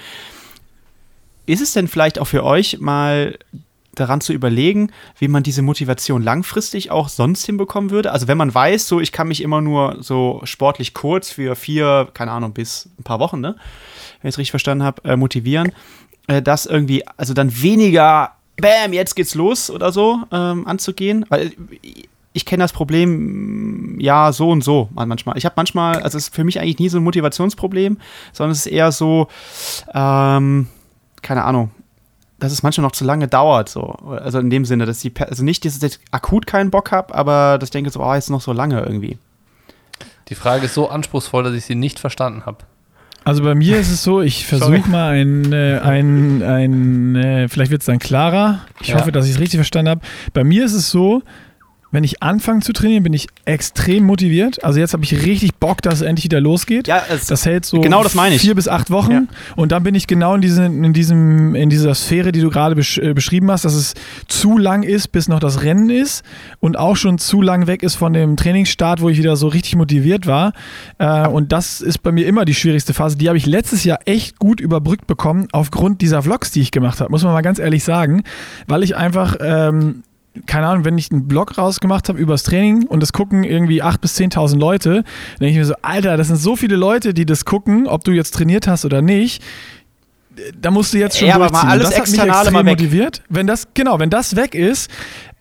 C: Ist es denn vielleicht auch für euch mal daran zu überlegen, wie man diese Motivation langfristig auch sonst hinbekommen würde? Also wenn man weiß, so ich kann mich immer nur so sportlich kurz für vier, keine Ahnung, bis ein paar Wochen, ne, wenn ich es richtig verstanden habe, äh, motivieren, äh, das irgendwie, also dann weniger, bam, jetzt geht's los oder so ähm, anzugehen, weil ich kenne das Problem, ja, so und so manchmal. Ich habe manchmal, also es ist für mich eigentlich nie so ein Motivationsproblem, sondern es ist eher so, ähm, keine Ahnung, dass es manchmal noch zu lange dauert, so. Also in dem Sinne, dass die, also nicht, dass ich akut keinen Bock habe, aber dass ich denke, so, oh, jetzt noch so lange irgendwie.
A: Die Frage ist so anspruchsvoll, dass ich sie nicht verstanden habe.
B: Also bei mir ist es so, ich versuche mal ein, äh, ein, ein äh, vielleicht wird es dann klarer. Ich ja. hoffe, dass ich es richtig verstanden habe. Bei mir ist es so, wenn ich anfange zu trainieren, bin ich extrem motiviert. Also jetzt habe ich richtig Bock, dass es endlich wieder losgeht.
C: Ja, es
B: das hält so
C: genau das meine ich.
B: vier bis acht Wochen. Ja. Und dann bin ich genau in, diese, in, diesem, in dieser Sphäre, die du gerade besch- äh, beschrieben hast, dass es zu lang ist, bis noch das Rennen ist und auch schon zu lang weg ist von dem Trainingsstart, wo ich wieder so richtig motiviert war. Äh, und das ist bei mir immer die schwierigste Phase. Die habe ich letztes Jahr echt gut überbrückt bekommen aufgrund dieser Vlogs, die ich gemacht habe. Muss man mal ganz ehrlich sagen. Weil ich einfach... Ähm, keine Ahnung, wenn ich einen Blog rausgemacht habe übers Training und das gucken irgendwie achttausend bis zehntausend Leute, dann denke ich mir so, Alter, das sind so viele Leute, die das gucken, ob du jetzt trainiert hast oder nicht, da musst du jetzt schon
C: ja,
B: durchziehen.
C: Aber mal alles
B: das hat mich
C: externe
B: extrem
C: mal weg.
B: motiviert. Wenn das, genau, wenn das weg ist,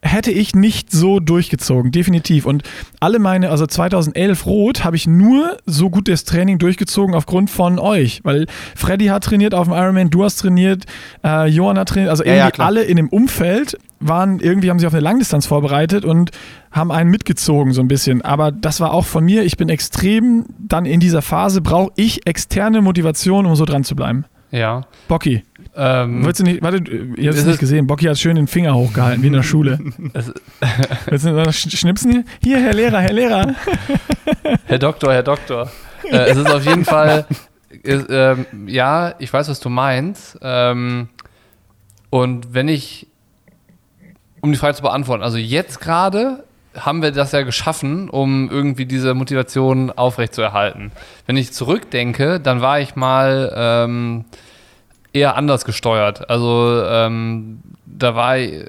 B: hätte ich nicht so durchgezogen, definitiv. Und alle meine, also zweitausendelf Rot, habe ich nur so gut das Training durchgezogen aufgrund von euch. Weil Freddy hat trainiert auf dem Ironman, du hast trainiert, äh, Johann hat trainiert, also irgendwie ja, ja, alle in dem Umfeld waren, irgendwie haben sich auf eine Langdistanz vorbereitet und haben einen mitgezogen so ein bisschen. Aber das war auch von mir, ich bin extrem, dann in dieser Phase brauche ich externe Motivation, um so dran zu bleiben.
A: Ja.
B: Bocki.
A: Ähm,
B: Willst du nicht, warte, ihr habt es nicht gesehen, Bocki hat schön den Finger hochgehalten, wie in der Schule. Willst du noch schnipsen? Hier, Herr Lehrer, Herr Lehrer.
A: Herr Doktor, Herr Doktor. Äh, es ist auf jeden Fall, ist, ähm, ja, ich weiß, was du meinst. Ähm, und wenn ich, um die Frage zu beantworten, also jetzt gerade haben wir das ja geschaffen, um irgendwie diese Motivation aufrechtzuerhalten. Wenn ich zurückdenke, dann war ich mal ähm, eher anders gesteuert. Also ähm, da war ich,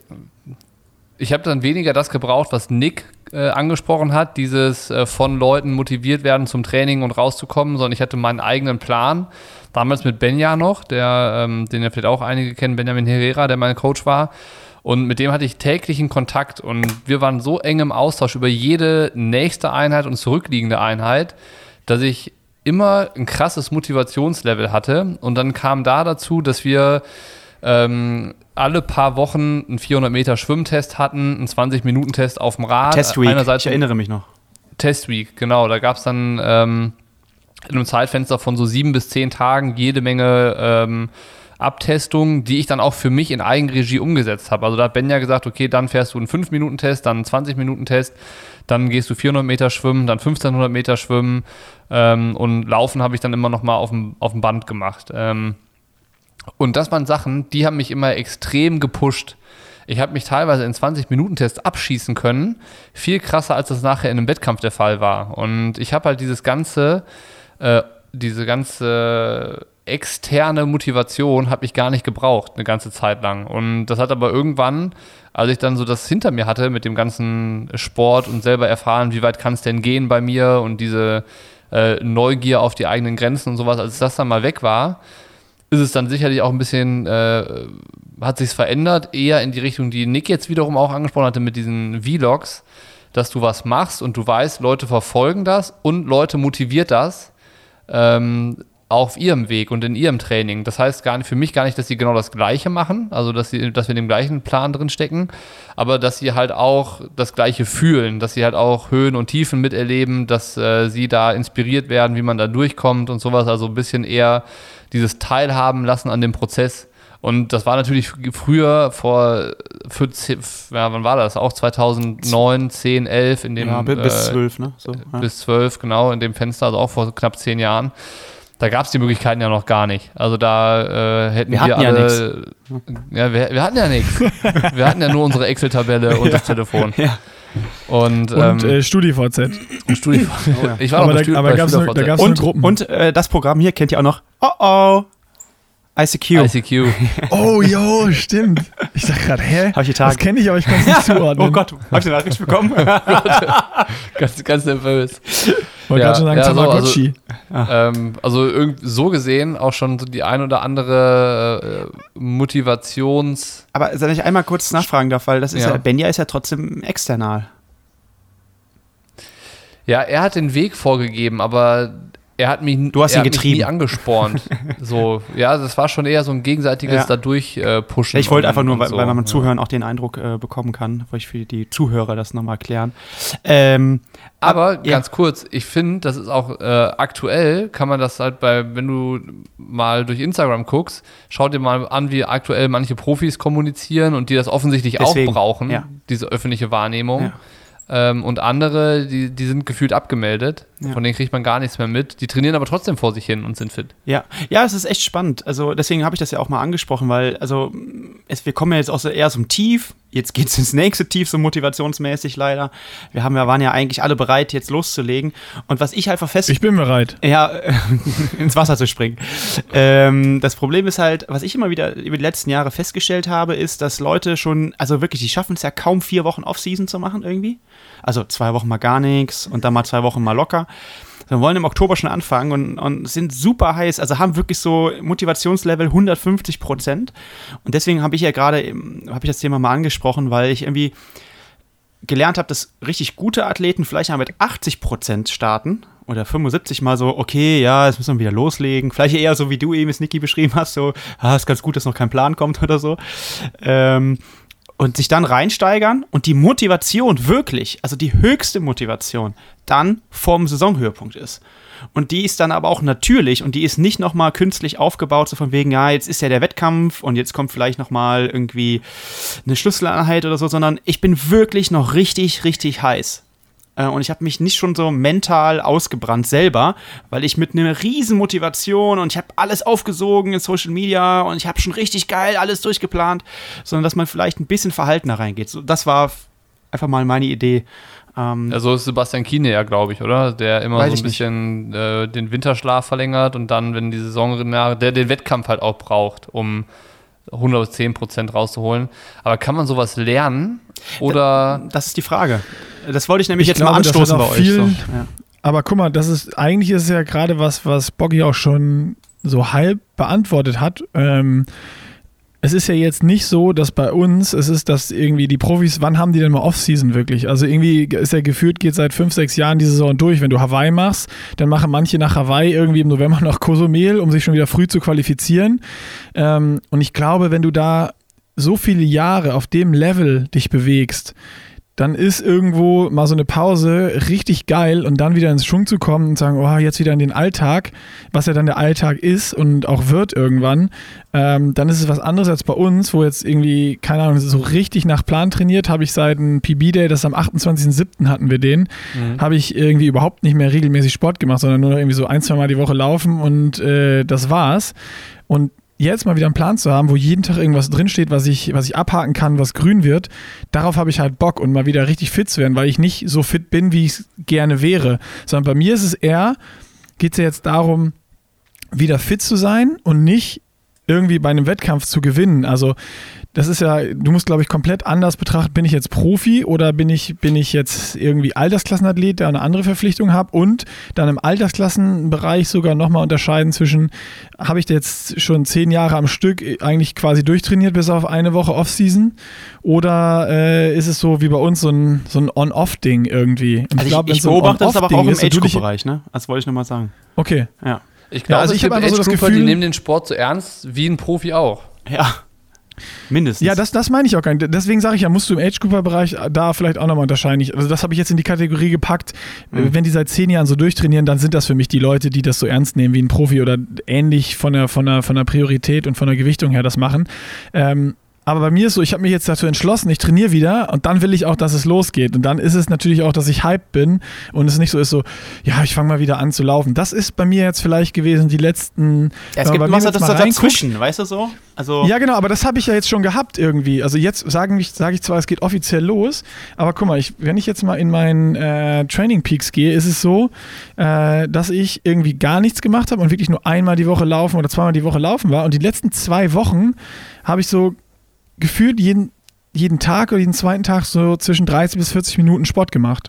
A: ich habe dann weniger das gebraucht, was Nick äh, angesprochen hat, dieses äh, von Leuten motiviert werden zum Training und rauszukommen, sondern ich hatte meinen eigenen Plan. Damals mit Benja noch, der, ähm, den ja vielleicht auch einige kennen, Benjamin Herrera, der mein Coach war. Und mit dem hatte ich täglichen Kontakt und wir waren so eng im Austausch über jede nächste Einheit und zurückliegende Einheit, dass ich immer ein krasses Motivationslevel hatte. Und dann kam da dazu, dass wir ähm, alle paar Wochen einen vierhundert Meter Schwimmtest hatten, einen zwanzig Minuten Test auf dem Rad.
C: Testweek,
A: Einerseits
C: ich erinnere mich noch.
A: Testweek, genau. Da gab es dann ähm, in einem Zeitfenster von so sieben bis zehn Tagen jede Menge ähm, Abtestungen, die ich dann auch für mich in Eigenregie umgesetzt habe. Also da hat Benja gesagt, okay, dann fährst du einen fünf Minuten Test, dann einen zwanzig Minuten Test, dann gehst du vierhundert Meter schwimmen, dann fünfzehnhundert Meter schwimmen ähm, und Laufen habe ich dann immer noch mal auf dem, auf dem Band gemacht. Ähm, und das waren Sachen, die haben mich immer extrem gepusht. Ich habe mich teilweise in zwanzig Minuten Test abschießen können, viel krasser, als das nachher in einem Wettkampf der Fall war. Und ich habe halt dieses ganze, äh, diese ganze externe Motivation habe ich gar nicht gebraucht, eine ganze Zeit lang. Und das hat aber irgendwann, als ich dann so das hinter mir hatte mit dem ganzen Sport und selber erfahren, wie weit kann es denn gehen bei mir und diese äh, Neugier auf die eigenen Grenzen und sowas, als das dann mal weg war, ist es dann sicherlich auch ein bisschen, äh, hat sich's verändert, eher in die Richtung, die Nick jetzt wiederum auch angesprochen hatte mit diesen Vlogs, dass du was machst und du weißt, Leute verfolgen das und Leute motiviert das, ähm, auf ihrem Weg und in ihrem Training. Das heißt gar nicht, für mich gar nicht, dass sie genau das Gleiche machen, also dass, sie, dass wir in dem gleichen Plan drin stecken, aber dass sie halt auch das Gleiche fühlen, dass sie halt auch Höhen und Tiefen miterleben, dass äh, sie da inspiriert werden, wie man da durchkommt und sowas, also ein bisschen eher dieses Teilhaben lassen an dem Prozess. Und das war natürlich früher vor vierzehn, ja, wann war das? Auch zweitausendneun, zehn, elf in dem
C: ja, bis zwölf, ne? So, ja.
A: Bis zwölf, genau, in dem Fenster, also auch vor knapp zehn Jahren. Da gab es die Möglichkeiten ja noch gar nicht. Also da äh, hätten wir, wir alle... Ja, ja wir, wir hatten ja nichts. Wir hatten ja nur unsere Excel-Tabelle und ja. das Telefon.
B: Ja.
A: Und,
B: und
A: ähm,
B: äh, StudiVZ.
A: Und StudiVZ. Oh, ja. Ich war
B: aber
A: noch
B: da, aber gab's nur, da gab es
C: und,
B: Gruppen.
C: Und äh, das Programm hier kennt ihr auch noch. Oh oh. I C Q.
A: I C Q.
B: Oh, jo, stimmt. Ich dachte gerade, hä?
C: Hab ich
B: das kenne ich, aber ich kann es nicht zuordnen.
C: Oh Gott, hab ich eine Nachricht bekommen?
A: ganz, ganz nervös.
B: Wollte
A: ja,
B: gerade schon sagen,
A: ja,
B: Tamagotchi.
A: So, also, ähm, also irgendwie so gesehen auch schon so die ein oder andere äh, Motivations...
C: Aber wenn ich einmal kurz nachfragen darf, weil das ist ja,
A: ja
C: Benja ist ja trotzdem external.
A: Ja, er hat den Weg vorgegeben, aber... Er hat mich,
C: du hast
A: er
C: ihn
A: hat
C: getrieben.
A: mich nie angespornt. So, ja, das war schon eher so ein gegenseitiges
C: ja.
A: dadurch äh, pushen.
C: Ich wollte einfach nur, weil,
A: so.
C: weil man beim
A: ja.
C: Zuhören auch den Eindruck äh, bekommen kann, wollte ich für die Zuhörer das nochmal erklären. Ähm,
A: aber
C: ab,
A: ganz
C: ja.
A: kurz, ich finde, das ist auch äh, aktuell, kann man das halt bei, wenn du mal durch Instagram guckst, schau dir mal an, wie aktuell manche Profis kommunizieren und die das offensichtlich Deswegen, auch brauchen, ja. diese öffentliche Wahrnehmung. Ja. Ähm, und andere, die, die sind gefühlt abgemeldet, ja. von denen kriegt man gar nichts mehr mit. Die trainieren aber trotzdem vor sich hin und sind fit.
C: Ja, ja, es ist echt spannend. Also deswegen habe ich das ja auch mal angesprochen, weil also es, wir kommen ja jetzt auch so eher so im Tief. Jetzt geht es ins nächste Tief, so motivationsmäßig leider. Wir haben ja, waren ja eigentlich alle bereit, jetzt loszulegen. Und was ich einfach fest...
B: Ich bin bereit.
C: Ja, ins Wasser zu springen. Ähm, das Problem ist halt, was ich immer wieder über die letzten Jahre festgestellt habe, ist, dass Leute schon, also wirklich, die schaffen es ja kaum vier Wochen Off-Season zu machen irgendwie. Also zwei Wochen mal gar nichts und dann mal zwei Wochen mal locker. Wir wollen im Oktober schon anfangen und, und sind super heiß, also haben wirklich so Motivationslevel hundertfünfzig Prozent. Und deswegen habe ich ja gerade, habe ich das Thema mal angesprochen, weil ich irgendwie gelernt habe, dass richtig gute Athleten vielleicht mal mit achtzig Prozent starten oder fünfundsiebzig mal so, okay, ja, jetzt müssen wir wieder loslegen. Vielleicht eher so, wie du eben es, Niki, beschrieben hast, so, ah, ist ganz gut, dass noch kein Plan kommt oder so. Ähm, und sich dann reinsteigern und die Motivation wirklich, also die höchste Motivation, dann vorm Saisonhöhepunkt ist. Und die ist dann aber auch natürlich und die ist nicht nochmal künstlich aufgebaut, so von wegen, ja, jetzt ist ja der Wettkampf und jetzt kommt vielleicht nochmal irgendwie eine Schlüsseleinheit oder so, sondern ich bin wirklich noch richtig, richtig heiß. Und ich habe mich nicht schon so mental ausgebrannt selber, weil ich mit einer riesen Motivation und ich habe alles aufgesogen in Social Media und ich habe schon richtig geil alles durchgeplant, sondern dass man vielleicht ein bisschen verhaltener reingeht. So, das war einfach mal meine Idee. Ähm,
A: also ist Sebastian Kiene ja, glaube ich, oder? Der immer
C: Weiß
A: so
C: ich
A: ein bisschen äh, den Winterschlaf verlängert und dann, wenn die Saison, der den Wettkampf halt auch braucht, um hundertzehn Prozent rauszuholen. Aber kann man sowas lernen? Oder?
C: Das ist die Frage. Das wollte ich nämlich
B: ich
C: jetzt
B: glaube,
C: mal anstoßen bei
B: viel,
C: euch. So. Ja.
B: Aber guck mal, das ist, eigentlich ist es ja gerade was, was Boggy auch schon so halb beantwortet hat. Ähm, es ist ja jetzt nicht so, dass bei uns, es ist, dass irgendwie die Profis, wann haben die denn mal Off-Season wirklich? Also irgendwie ist ja gefühlt, geht seit fünf, sechs Jahren die Saison durch. Wenn du Hawaii machst, dann machen manche nach Hawaii irgendwie im November noch Cozumel, um sich schon wieder früh zu qualifizieren. Ähm, und ich glaube, wenn du da so viele Jahre auf dem Level dich bewegst, dann ist irgendwo mal so eine Pause richtig geil und dann wieder ins Schwung zu kommen und sagen, oh, jetzt wieder in den Alltag, was ja dann der Alltag ist und auch wird irgendwann, ähm, dann ist es was anderes als bei uns, wo jetzt irgendwie, keine Ahnung, so richtig nach Plan trainiert, habe ich seit einem P B-Day, das am achtundzwanzigsten siebten hatten wir den, mhm. habe ich irgendwie überhaupt nicht mehr regelmäßig Sport gemacht, sondern nur noch irgendwie so ein, zwei Mal die Woche laufen und äh, das war's. Und jetzt mal wieder einen Plan zu haben, wo jeden Tag irgendwas drinsteht, was ich, was ich abhaken kann, was grün wird, darauf habe ich halt Bock und mal wieder richtig fit zu werden, weil ich nicht so fit bin, wie ich es gerne wäre. Sondern bei mir ist es eher, geht es ja jetzt darum, wieder fit zu sein und nicht irgendwie bei einem Wettkampf zu gewinnen. Also das ist ja, du musst, glaube ich, komplett anders betrachten, bin ich jetzt Profi oder bin ich, bin ich jetzt irgendwie Altersklassenathlet, der eine andere Verpflichtung hat und dann im Altersklassenbereich sogar nochmal unterscheiden zwischen, habe ich jetzt schon zehn Jahre am Stück eigentlich quasi durchtrainiert bis auf eine Woche Off-Season oder äh, ist es so wie bei uns so ein, so ein On-Off-Ding irgendwie? Und
C: also ich,
B: glaub,
C: ich
B: so
C: beobachte das aber auch im
B: ist,
C: Age-Group-Bereich, ne? Das wollte ich nochmal sagen.
B: Okay.
C: Ja.
A: Ich glaube,
B: ja, also
A: es
B: ich habe
A: gibt
B: einfach so das
A: Age-Grouper,
B: Gefühl,
A: die nehmen den Sport so ernst wie ein Profi auch.
C: Ja. Mindestens.
B: Ja, das, das meine ich auch gar nicht. Deswegen sage ich ja, musst du im Age-Grouper-Bereich da vielleicht auch nochmal unterscheiden. Also das habe ich jetzt in die Kategorie gepackt. Mhm. Wenn die seit zehn Jahren so durchtrainieren, dann sind das für mich die Leute, die das so ernst nehmen wie ein Profi oder ähnlich von der, von der, von der Priorität und von der Gewichtung her das machen. Ähm, Aber bei mir ist so, ich habe mich jetzt dazu entschlossen, ich trainiere wieder und dann will ich auch, dass es losgeht. Und dann ist es natürlich auch, dass ich hyped bin und es nicht so ist so, ja, ich fange mal wieder an zu laufen. Das ist bei mir jetzt vielleicht gewesen die letzten...
C: Ja, es gibt was das dazwischen, weißt du so? Also
B: ja, genau, aber das habe ich ja jetzt schon gehabt irgendwie. Also jetzt sage ich, sag ich zwar, es geht offiziell los, aber guck mal, ich, wenn ich jetzt mal in meinen äh, Training Peaks gehe, ist es so, äh, dass ich irgendwie gar nichts gemacht habe und wirklich nur einmal die Woche laufen oder zweimal die Woche laufen war. Und die letzten zwei Wochen habe ich so gefühlt jeden, jeden Tag oder jeden zweiten Tag so zwischen dreißig bis vierzig Minuten Sport gemacht.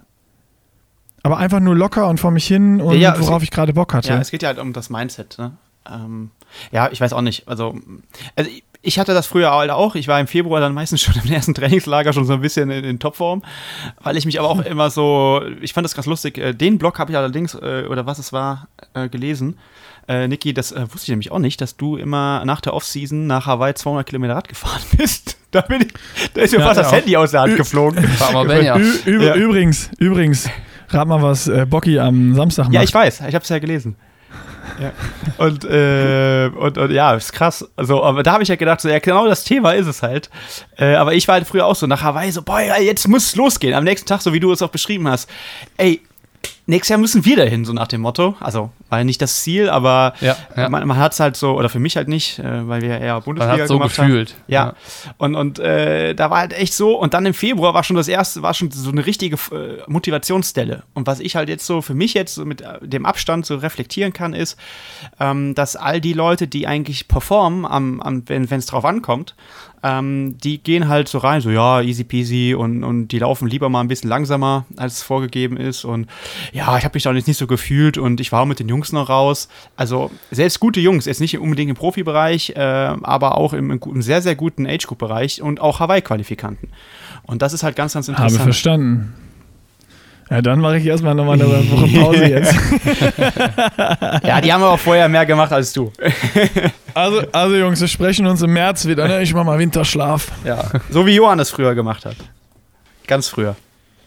B: Aber einfach nur locker und vor mich hin und ja, ja, worauf ich gerade Bock hatte.
C: Ja, es geht ja halt um das Mindset, ne? Ähm, ja, ich weiß auch nicht. Also, also ich hatte das früher halt auch. Ich war im Februar dann meistens schon im ersten Trainingslager schon so ein bisschen in, in Topform, weil ich mich aber auch immer so, ich fand das ganz lustig. Den Blog habe ich allerdings, oder was es war, gelesen. Äh, Niki, das äh, wusste ich nämlich auch nicht, dass du immer nach der Offseason nach Hawaii zweihundert Kilometer Rad gefahren bist. Da, bin ich, da ist mir ja, fast ja das auch. Handy aus der Hand Ü- geflogen.
A: Mal ben, ja.
B: Ü- ü- ja. Übrigens, übrigens, rat mal, was äh, Bocki am Samstag macht.
C: Ja, ich weiß, ich habe es ja gelesen. Ja. Und, äh, und, und ja, ist krass. Also, aber da habe ich ja gedacht, so, ja, genau das Thema ist es halt. Äh, aber ich war halt früher auch so nach Hawaii, so, boah, ja, jetzt muss es losgehen. Am nächsten Tag, so wie du es auch beschrieben hast. Ey, nächstes Jahr müssen wir dahin, so nach dem Motto. Also, war ja nicht das Ziel, aber
A: ja, ja.
C: man, man hat es halt so, oder für mich halt nicht, äh, weil wir eher Bundesliga
A: man so
C: gemacht
A: gefühlt.
C: haben. Ja. ja. Und, und äh, da war halt echt so, und dann im Februar war schon das erste, war schon so eine richtige äh, Motivationsstelle. Und was ich halt jetzt so für mich jetzt so mit dem Abstand so reflektieren kann, ist, ähm, dass all die Leute, die eigentlich performen, am, am, wenn es drauf ankommt, ähm, die gehen halt so rein, so ja, easy peasy und, und die laufen lieber mal ein bisschen langsamer, als es vorgegeben ist und ja, ich habe mich da jetzt nicht so gefühlt und ich war mit den Jungs noch raus. Also selbst gute Jungs, jetzt nicht unbedingt im Profibereich, äh, aber auch im, im sehr, sehr guten Age-Group-Bereich und auch Hawaii-Qualifikanten. Und das ist halt ganz, ganz interessant.
B: Habe verstanden. Ja, dann mache ich erstmal nochmal eine Woche Pause jetzt.
C: Ja, die haben aber vorher mehr gemacht als du.
B: Also, also Jungs, wir sprechen uns im März wieder, ne? Ich mache mal Winterschlaf.
C: Ja, so wie Johann es früher gemacht hat. Ganz früher.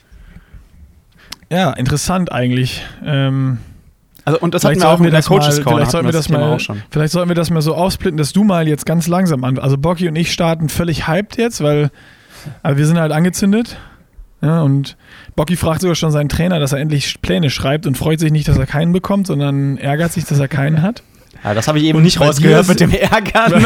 B: Ja, interessant eigentlich. Ähm,
C: also, und das hatten wir auch mit der Coaches Corner.
B: Vielleicht sollten wir das mal, vielleicht sollten wir das mal so aufsplitten, dass du mal jetzt ganz langsam an. Also Bocky und ich starten völlig hyped jetzt, weil also wir sind halt angezündet. Ja, und Bocky fragt sogar schon seinen Trainer, dass er endlich Pläne schreibt und freut sich nicht, dass er keinen bekommt, sondern ärgert sich, dass er keinen hat.
C: Ja, das habe ich eben und nicht rausgehört mit dem Ärgern.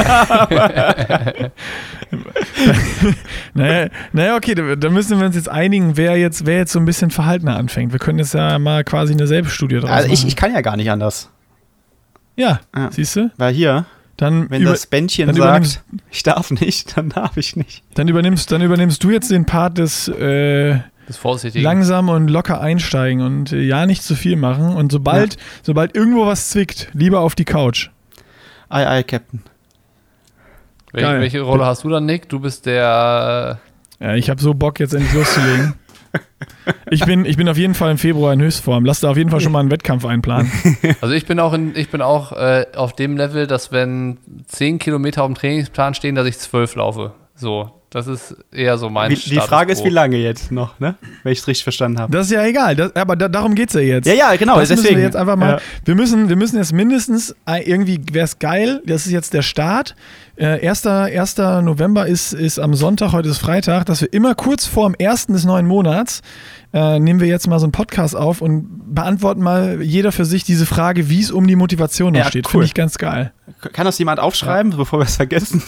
B: naja, naja, okay, da, da müssen wir uns jetzt einigen, wer jetzt, wer jetzt so ein bisschen verhaltener anfängt. Wir können jetzt ja mal quasi eine Selbststudie draus
C: also ich,
B: machen.
C: Ich kann ja gar nicht anders.
B: Ja, ja. Siehst du?
C: Weil hier,
B: dann
C: wenn über, das Bändchen sagt, ich darf nicht, dann darf ich nicht.
B: Dann übernimmst, dann übernimmst du jetzt den Part des äh, langsam und locker einsteigen und äh, ja nicht zu viel machen und sobald, ja. sobald irgendwo was zwickt, lieber auf die Couch.
C: Ei, ei, Captain.
A: Wel- welche Rolle hast du dann, Nick? Du bist der...
B: Ja, ich habe so Bock, jetzt endlich loszulegen. Ich bin, ich bin auf jeden Fall im Februar in Höchstform. Lass da auf jeden Fall schon mal einen Wettkampf einplanen.
A: Also ich bin auch, in, ich bin auch äh, auf dem Level, dass wenn zehn Kilometer auf dem Trainingsplan stehen, dass ich zwölf laufe. So, das ist eher so mein
C: Status. Die Frage ist, wie lange jetzt noch, ne? Wenn ich es richtig verstanden habe.
B: Das ist ja egal, das, aber da, darum geht es ja jetzt.
C: Ja, ja, genau.
B: Das
C: deswegen.
B: Müssen wir jetzt einfach mal,
C: ja.
B: wir, müssen, wir müssen jetzt mindestens, irgendwie wäre es geil, das ist jetzt der Start. Äh, erster November ist, ist am Sonntag, heute ist Freitag, dass wir immer kurz vor dem ersten des neuen Monats äh, nehmen wir jetzt mal so einen Podcast auf und beantworten mal jeder für sich diese Frage, wie es um die Motivation noch
C: ja,
B: steht.
C: Cool.
B: Finde ich ganz geil.
C: Kann das jemand aufschreiben, ja. bevor wir es vergessen?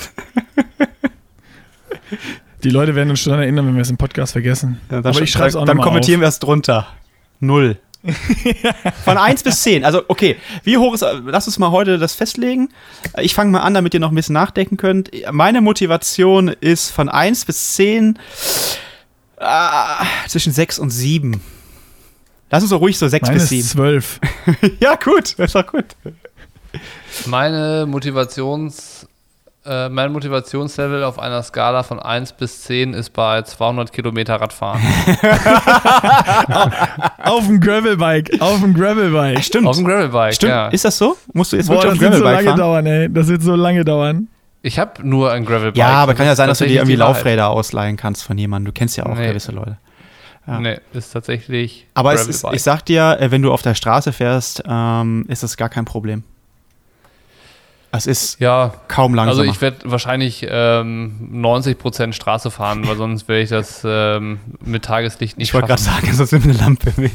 B: Die Leute werden uns schon daran erinnern, wenn wir es im Podcast vergessen.
C: Ja, Aber ich schreibe es auch Dann kommentieren wir es drunter. Null. Von eins bis zehn. Also, okay. Wie hoch ist, lass uns mal heute das festlegen. Ich fange mal an, damit ihr noch ein bisschen nachdenken könnt. Meine Motivation ist von eins bis zehn äh, zwischen sechs und sieben. Lass uns so ruhig so sechs bis sieben.
B: zwölf.
C: Ja, gut. Das ist doch gut.
A: Meine Motivations... Mein Motivationslevel auf einer Skala von eins bis zehn ist bei zweihundert Kilometer Radfahren.
B: Auf dem Gravelbike, auf dem Gravelbike.
C: Stimmt.
A: Auf dem Gravelbike,
C: Stimmt.
A: Ja.
C: Ist das so? Musst du jetzt
B: Boah,
C: wirklich auf dem Gravelbike fahren?
B: Das wird so lange dauern, ey. Das wird so lange dauern.
A: Ich habe nur ein Gravelbike.
C: Ja, aber kann ja sein, dass du dir irgendwie Laufräder ausleihen kannst von jemandem. Du kennst ja auch nee. gewisse Leute.
A: Ja. Nee, ist tatsächlich
C: Aber es ist, ich sag dir, wenn du auf der Straße fährst, ähm, ist das gar kein Problem. Es ist
A: ja,
C: kaum langsamer.
A: Also ich werde wahrscheinlich ähm, neunzig Prozent Straße fahren, weil sonst werde ich das ähm, mit Tageslicht nicht
C: Ich wollte gerade sagen, sonst nimmt eine Lampe mit.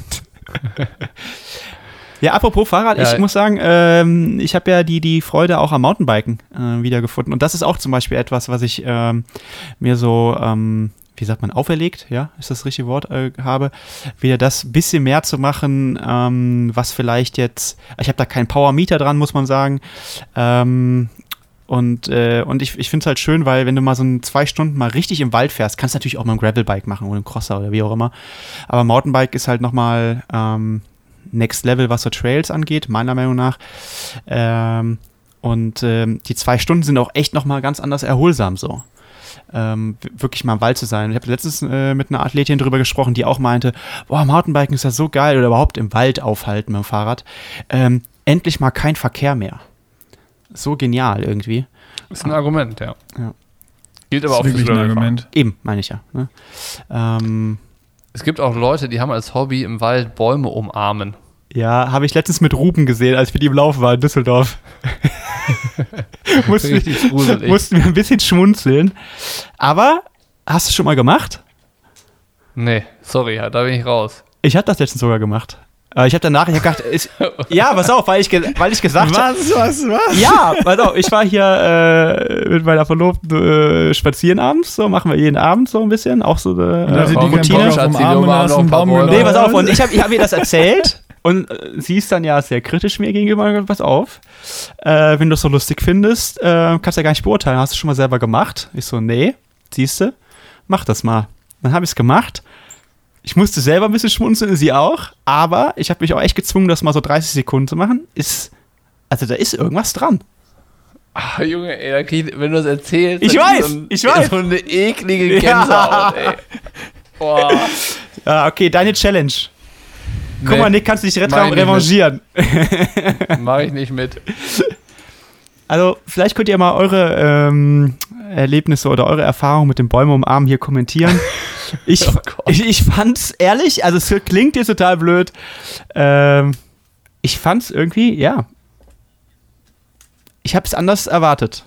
C: Ja, apropos Fahrrad, ja. ich muss sagen, ähm, ich habe ja die, die Freude auch am Mountainbiken äh, wiedergefunden. Und das ist auch zum Beispiel etwas, was ich ähm, mir so, ähm, wie sagt man, auferlegt, ja, ist das richtige Wort, äh, habe, wieder das bisschen mehr zu machen, ähm, was vielleicht jetzt, ich habe da keinen Power-Meter dran, muss man sagen, ähm, und, äh, und ich, ich finde es halt schön, weil wenn du mal so ein zwei Stunden mal richtig im Wald fährst, kannst du natürlich auch mal ein Gravelbike machen oder ein Crosser oder wie auch immer, aber Mountainbike ist halt nochmal ähm, Next Level, was so Trails angeht, meiner Meinung nach, ähm, und ähm, die zwei Stunden sind auch echt nochmal ganz anders erholsam so. Ähm, wirklich mal im Wald zu sein. Ich habe letztens äh, mit einer Athletin drüber gesprochen, die auch meinte, boah, Mountainbiken ist ja so geil oder überhaupt im Wald aufhalten mit dem Fahrrad. Ähm, endlich mal kein Verkehr mehr. So genial irgendwie.
A: Ist ein Argument, ja.
C: ja.
A: Gilt aber auch
B: für ein Argument.
C: Eben, meine ich ja. Ne? Ähm,
A: es gibt auch Leute, die haben als Hobby im Wald Bäume umarmen.
C: Ja, habe ich letztens mit Ruben gesehen, als wir die im Laufen waren in Düsseldorf. mussten, wir, mussten wir ein bisschen schmunzeln. Aber, hast du es schon mal gemacht?
A: Nee, sorry, da bin ich raus.
C: Ich habe das letztens sogar gemacht. Ich habe danach, ich hab gedacht, ist, ja, pass auf, weil ich, weil ich gesagt habe.
B: Was, was, was?
C: Ja, pass auf, ich war hier äh, mit meiner Verlobten äh, spazieren abends, so machen wir jeden Abend so ein bisschen, auch so eine äh,
B: Routine.
C: Nee, pass auf, und ich habe ich hab ihr das erzählt Und äh, sie ist dann ja sehr kritisch mir gegenüber und gesagt, pass auf, äh, wenn du es so lustig findest, äh, kannst du ja gar nicht beurteilen. Hast du schon mal selber gemacht? Ich so, nee, siehste, mach das mal. Dann habe ich es gemacht. Ich musste selber ein bisschen schmunzeln, sie auch, aber ich habe mich auch echt gezwungen, das mal so dreißig Sekunden zu machen. Ist, also da ist irgendwas dran.
A: Ach, Junge, ey, da krieg ich, wenn du das erzählst,
C: ich weiß, so ein, ich weiß.
A: So eine eklige Gänsehaut, ja. ey. Boah.
C: Ja, okay, deine Challenge. Guck
A: Nee,
C: mal, Nick, kannst du dich re-
A: mach ich nicht
C: revanchieren.
A: Mach ich nicht mit.
C: Also, vielleicht könnt ihr mal eure ähm, Erlebnisse oder eure Erfahrungen mit dem Bäume umarmen hier kommentieren. Ich,
A: Oh Gott.
C: ich, ich fand's ehrlich, also es klingt jetzt total blöd. Ähm, ich fand's irgendwie, ja. Ich hab's anders erwartet.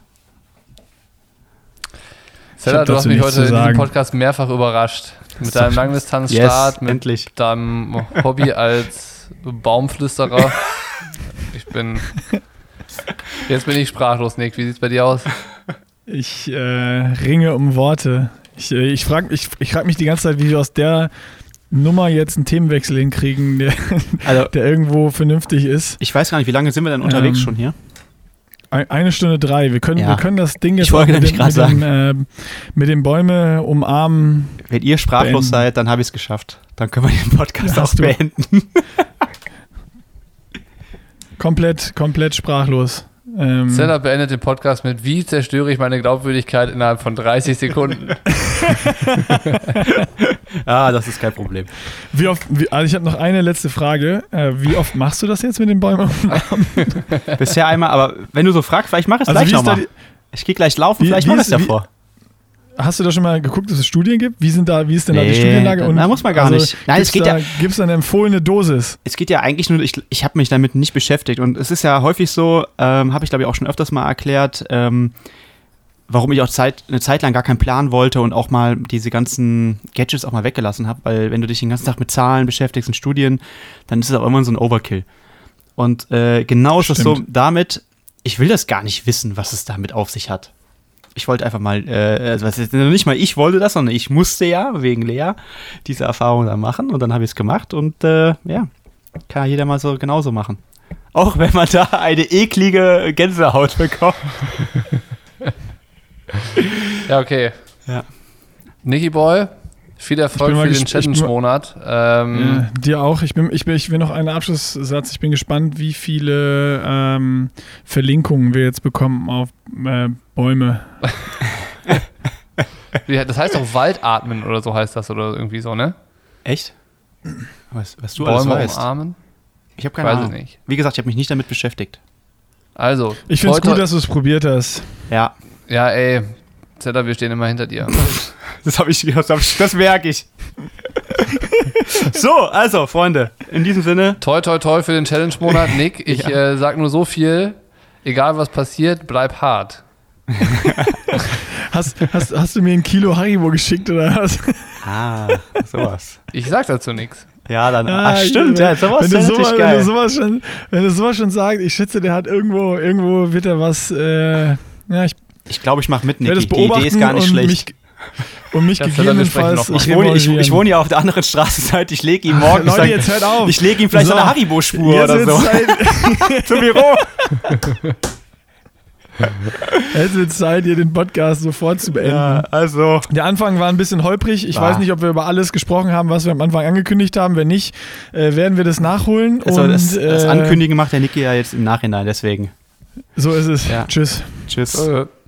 A: Stella,
B: hab
A: du hast
B: dazu
A: mich
B: nichts
A: heute
B: zu
A: in diesem
B: sagen.
A: Podcast mehrfach überrascht. Mit
C: So.
A: deinem Langdistanzstart,
C: Yes,
A: mit
C: endlich.
A: deinem Hobby als Baumflüsterer. Ich bin. Jetzt bin ich sprachlos, Nick. Wie sieht's bei dir aus?
B: Ich äh, ringe um Worte. Ich, äh, ich frage ich, ich frag mich die ganze Zeit, wie wir aus der Nummer jetzt einen Themenwechsel hinkriegen, der,
C: Also,
B: der irgendwo vernünftig ist.
C: ich weiß gar nicht, wie lange sind wir denn unterwegs
B: Ähm,
C: schon hier?
B: Ein- Eine Stunde drei. Wir können,
C: Ja.
B: wir können das Ding jetzt
C: Ich wollte
B: auch mit,
C: nämlich
B: dem, mit,
C: gerade
B: dem, äh, mit dem Bäume umarmen.
C: Wenn ihr sprachlos
B: beenden.
C: seid, dann habe ich es geschafft. Dann können wir den Podcast
B: Hast
C: auch
B: du.
C: beenden.
B: Komplett, komplett sprachlos. Ähm,
A: Stella beendet den Podcast mit: Wie zerstöre ich meine Glaubwürdigkeit innerhalb von dreißig Sekunden?
C: Ah, das ist kein Problem.
B: wie oft, wie, also ich habe noch eine letzte Frage. Äh, wie oft machst du das jetzt mit den Bäumen umarmen?
C: Bisher einmal, aber wenn du so fragst, vielleicht mach ich es
B: Also
C: gleich
B: wie ist da
C: nochmal.
B: die-
C: Ich gehe gleich laufen,
B: Wie-
C: vielleicht
B: wie
C: mach ich
B: ist-
C: es
B: wie-
C: davor.
B: Hast du da schon mal geguckt, dass es Studien gibt? Wie, sind da, wie ist denn da die
C: Nee,
B: Studienlage?
C: da- da muss man gar nicht. Nein, es
B: gibt's
C: geht
B: da,
C: ja-
B: Gibt es eine empfohlene Dosis?
C: Es geht ja eigentlich nur, ich, ich habe mich damit nicht beschäftigt und es ist ja häufig so, ähm, habe ich glaube ich auch schon öfters mal erklärt, ähm, warum ich auch Zeit, eine Zeit lang gar keinen Plan wollte und auch mal diese ganzen Gadgets auch mal weggelassen habe, weil wenn du dich den ganzen Tag mit Zahlen beschäftigst und Studien, dann ist es auch immer so ein Overkill. Und äh, genau ist es so
B: Stimmt.
C: damit, ich will das gar nicht wissen, was es damit auf sich hat. Ich wollte einfach mal, äh, also was ist, nicht mal ich wollte das, sondern ich musste ja, wegen Lea, diese Erfahrung dann machen und dann habe ich es gemacht und äh, ja, kann jeder mal so genauso machen. Auch wenn man da eine eklige Gänsehaut bekommt.
A: Ja, okay.
C: Ja.
A: Nicky Boy, viel Erfolg
B: Ich bin mal
A: für den
B: gesp- ich bin mal-
A: Challenge-Monat. Ähm,
B: Ja, dir auch. Ich, bin, ich, bin, ich will noch einen Abschlusssatz. Ich bin gespannt, wie viele ähm, Verlinkungen wir jetzt bekommen auf äh, Bäume.
A: wie- Das heißt doch Waldatmen oder so heißt das oder irgendwie so, ne?
C: Echt? Was, was du alles
A: Bäume
C: weißt.
A: umarmen?
C: Ich habe keine
A: Weiß
C: Ahnung.
A: ich nicht.
C: Wie gesagt, ich habe mich nicht damit beschäftigt.
A: Also,
B: Ich finde es
A: toi,
B: gut,
A: toi-
B: dass du es probiert hast.
C: Ja,
A: Ja, ey, Zeta, wir stehen immer hinter dir.
C: das habe ich, das, hab ich, das merke ich. So, also, Freunde, in diesem Sinne,
A: Toi, toi, toi für den Challenge-Monat. Nick, ich
C: Ja.
A: äh, sag nur so viel, egal was passiert, bleib hart.
B: Hast, hast, hast du mir ein Kilo Haribo geschickt oder was?
C: ah, sowas.
A: Ich sag dazu nichts.
C: Ja, dann,
B: Ah,
C: ach stimmt,
B: wenn,
C: ja, sowas
B: wenn,
C: ist
B: du
C: ja
B: sowas,
C: natürlich
B: wenn, du
C: geil.
B: sowas schon, wenn du sowas schon sagst, ich schätze, der hat irgendwo, irgendwo wird er was, äh, ja, ich
C: Ich glaube, ich mache mit,
B: werde
C: Niki.
B: es
C: Die
B: beobachten
C: Idee ist gar nicht
B: und
C: schlecht.
B: mich, und mich
A: Das wird dann besprechen
B: gegebenenfalls
A: noch mal.
C: Ich wohne, ich, ich
B: revanchieren.
C: wohne ja auf der anderen Straßenseite. Ich lege ihm morgen
B: Leute,
C: sag-
B: jetzt hört auf.
C: Ich lege ihm vielleicht
B: So.
C: so eine Haribo-Spur
B: Jetzt
C: oder
B: wird's
C: so
B: Zeit,
C: zum Büro.
B: jetzt wird Zeit, hier den Podcast sofort zu beenden.
C: Ja, also.
B: Der Anfang war ein bisschen holprig. Ich
C: War.
B: weiß nicht, ob wir über alles gesprochen haben, was wir am Anfang angekündigt haben. Wenn nicht, äh, werden wir das nachholen.
C: Also
B: und,
C: das, das
B: äh,
C: Ankündigen macht der Niki ja jetzt im Nachhinein, deswegen.
B: So ist es.
C: Ja.
B: Tschüss.
C: Tschüss.
A: Äh.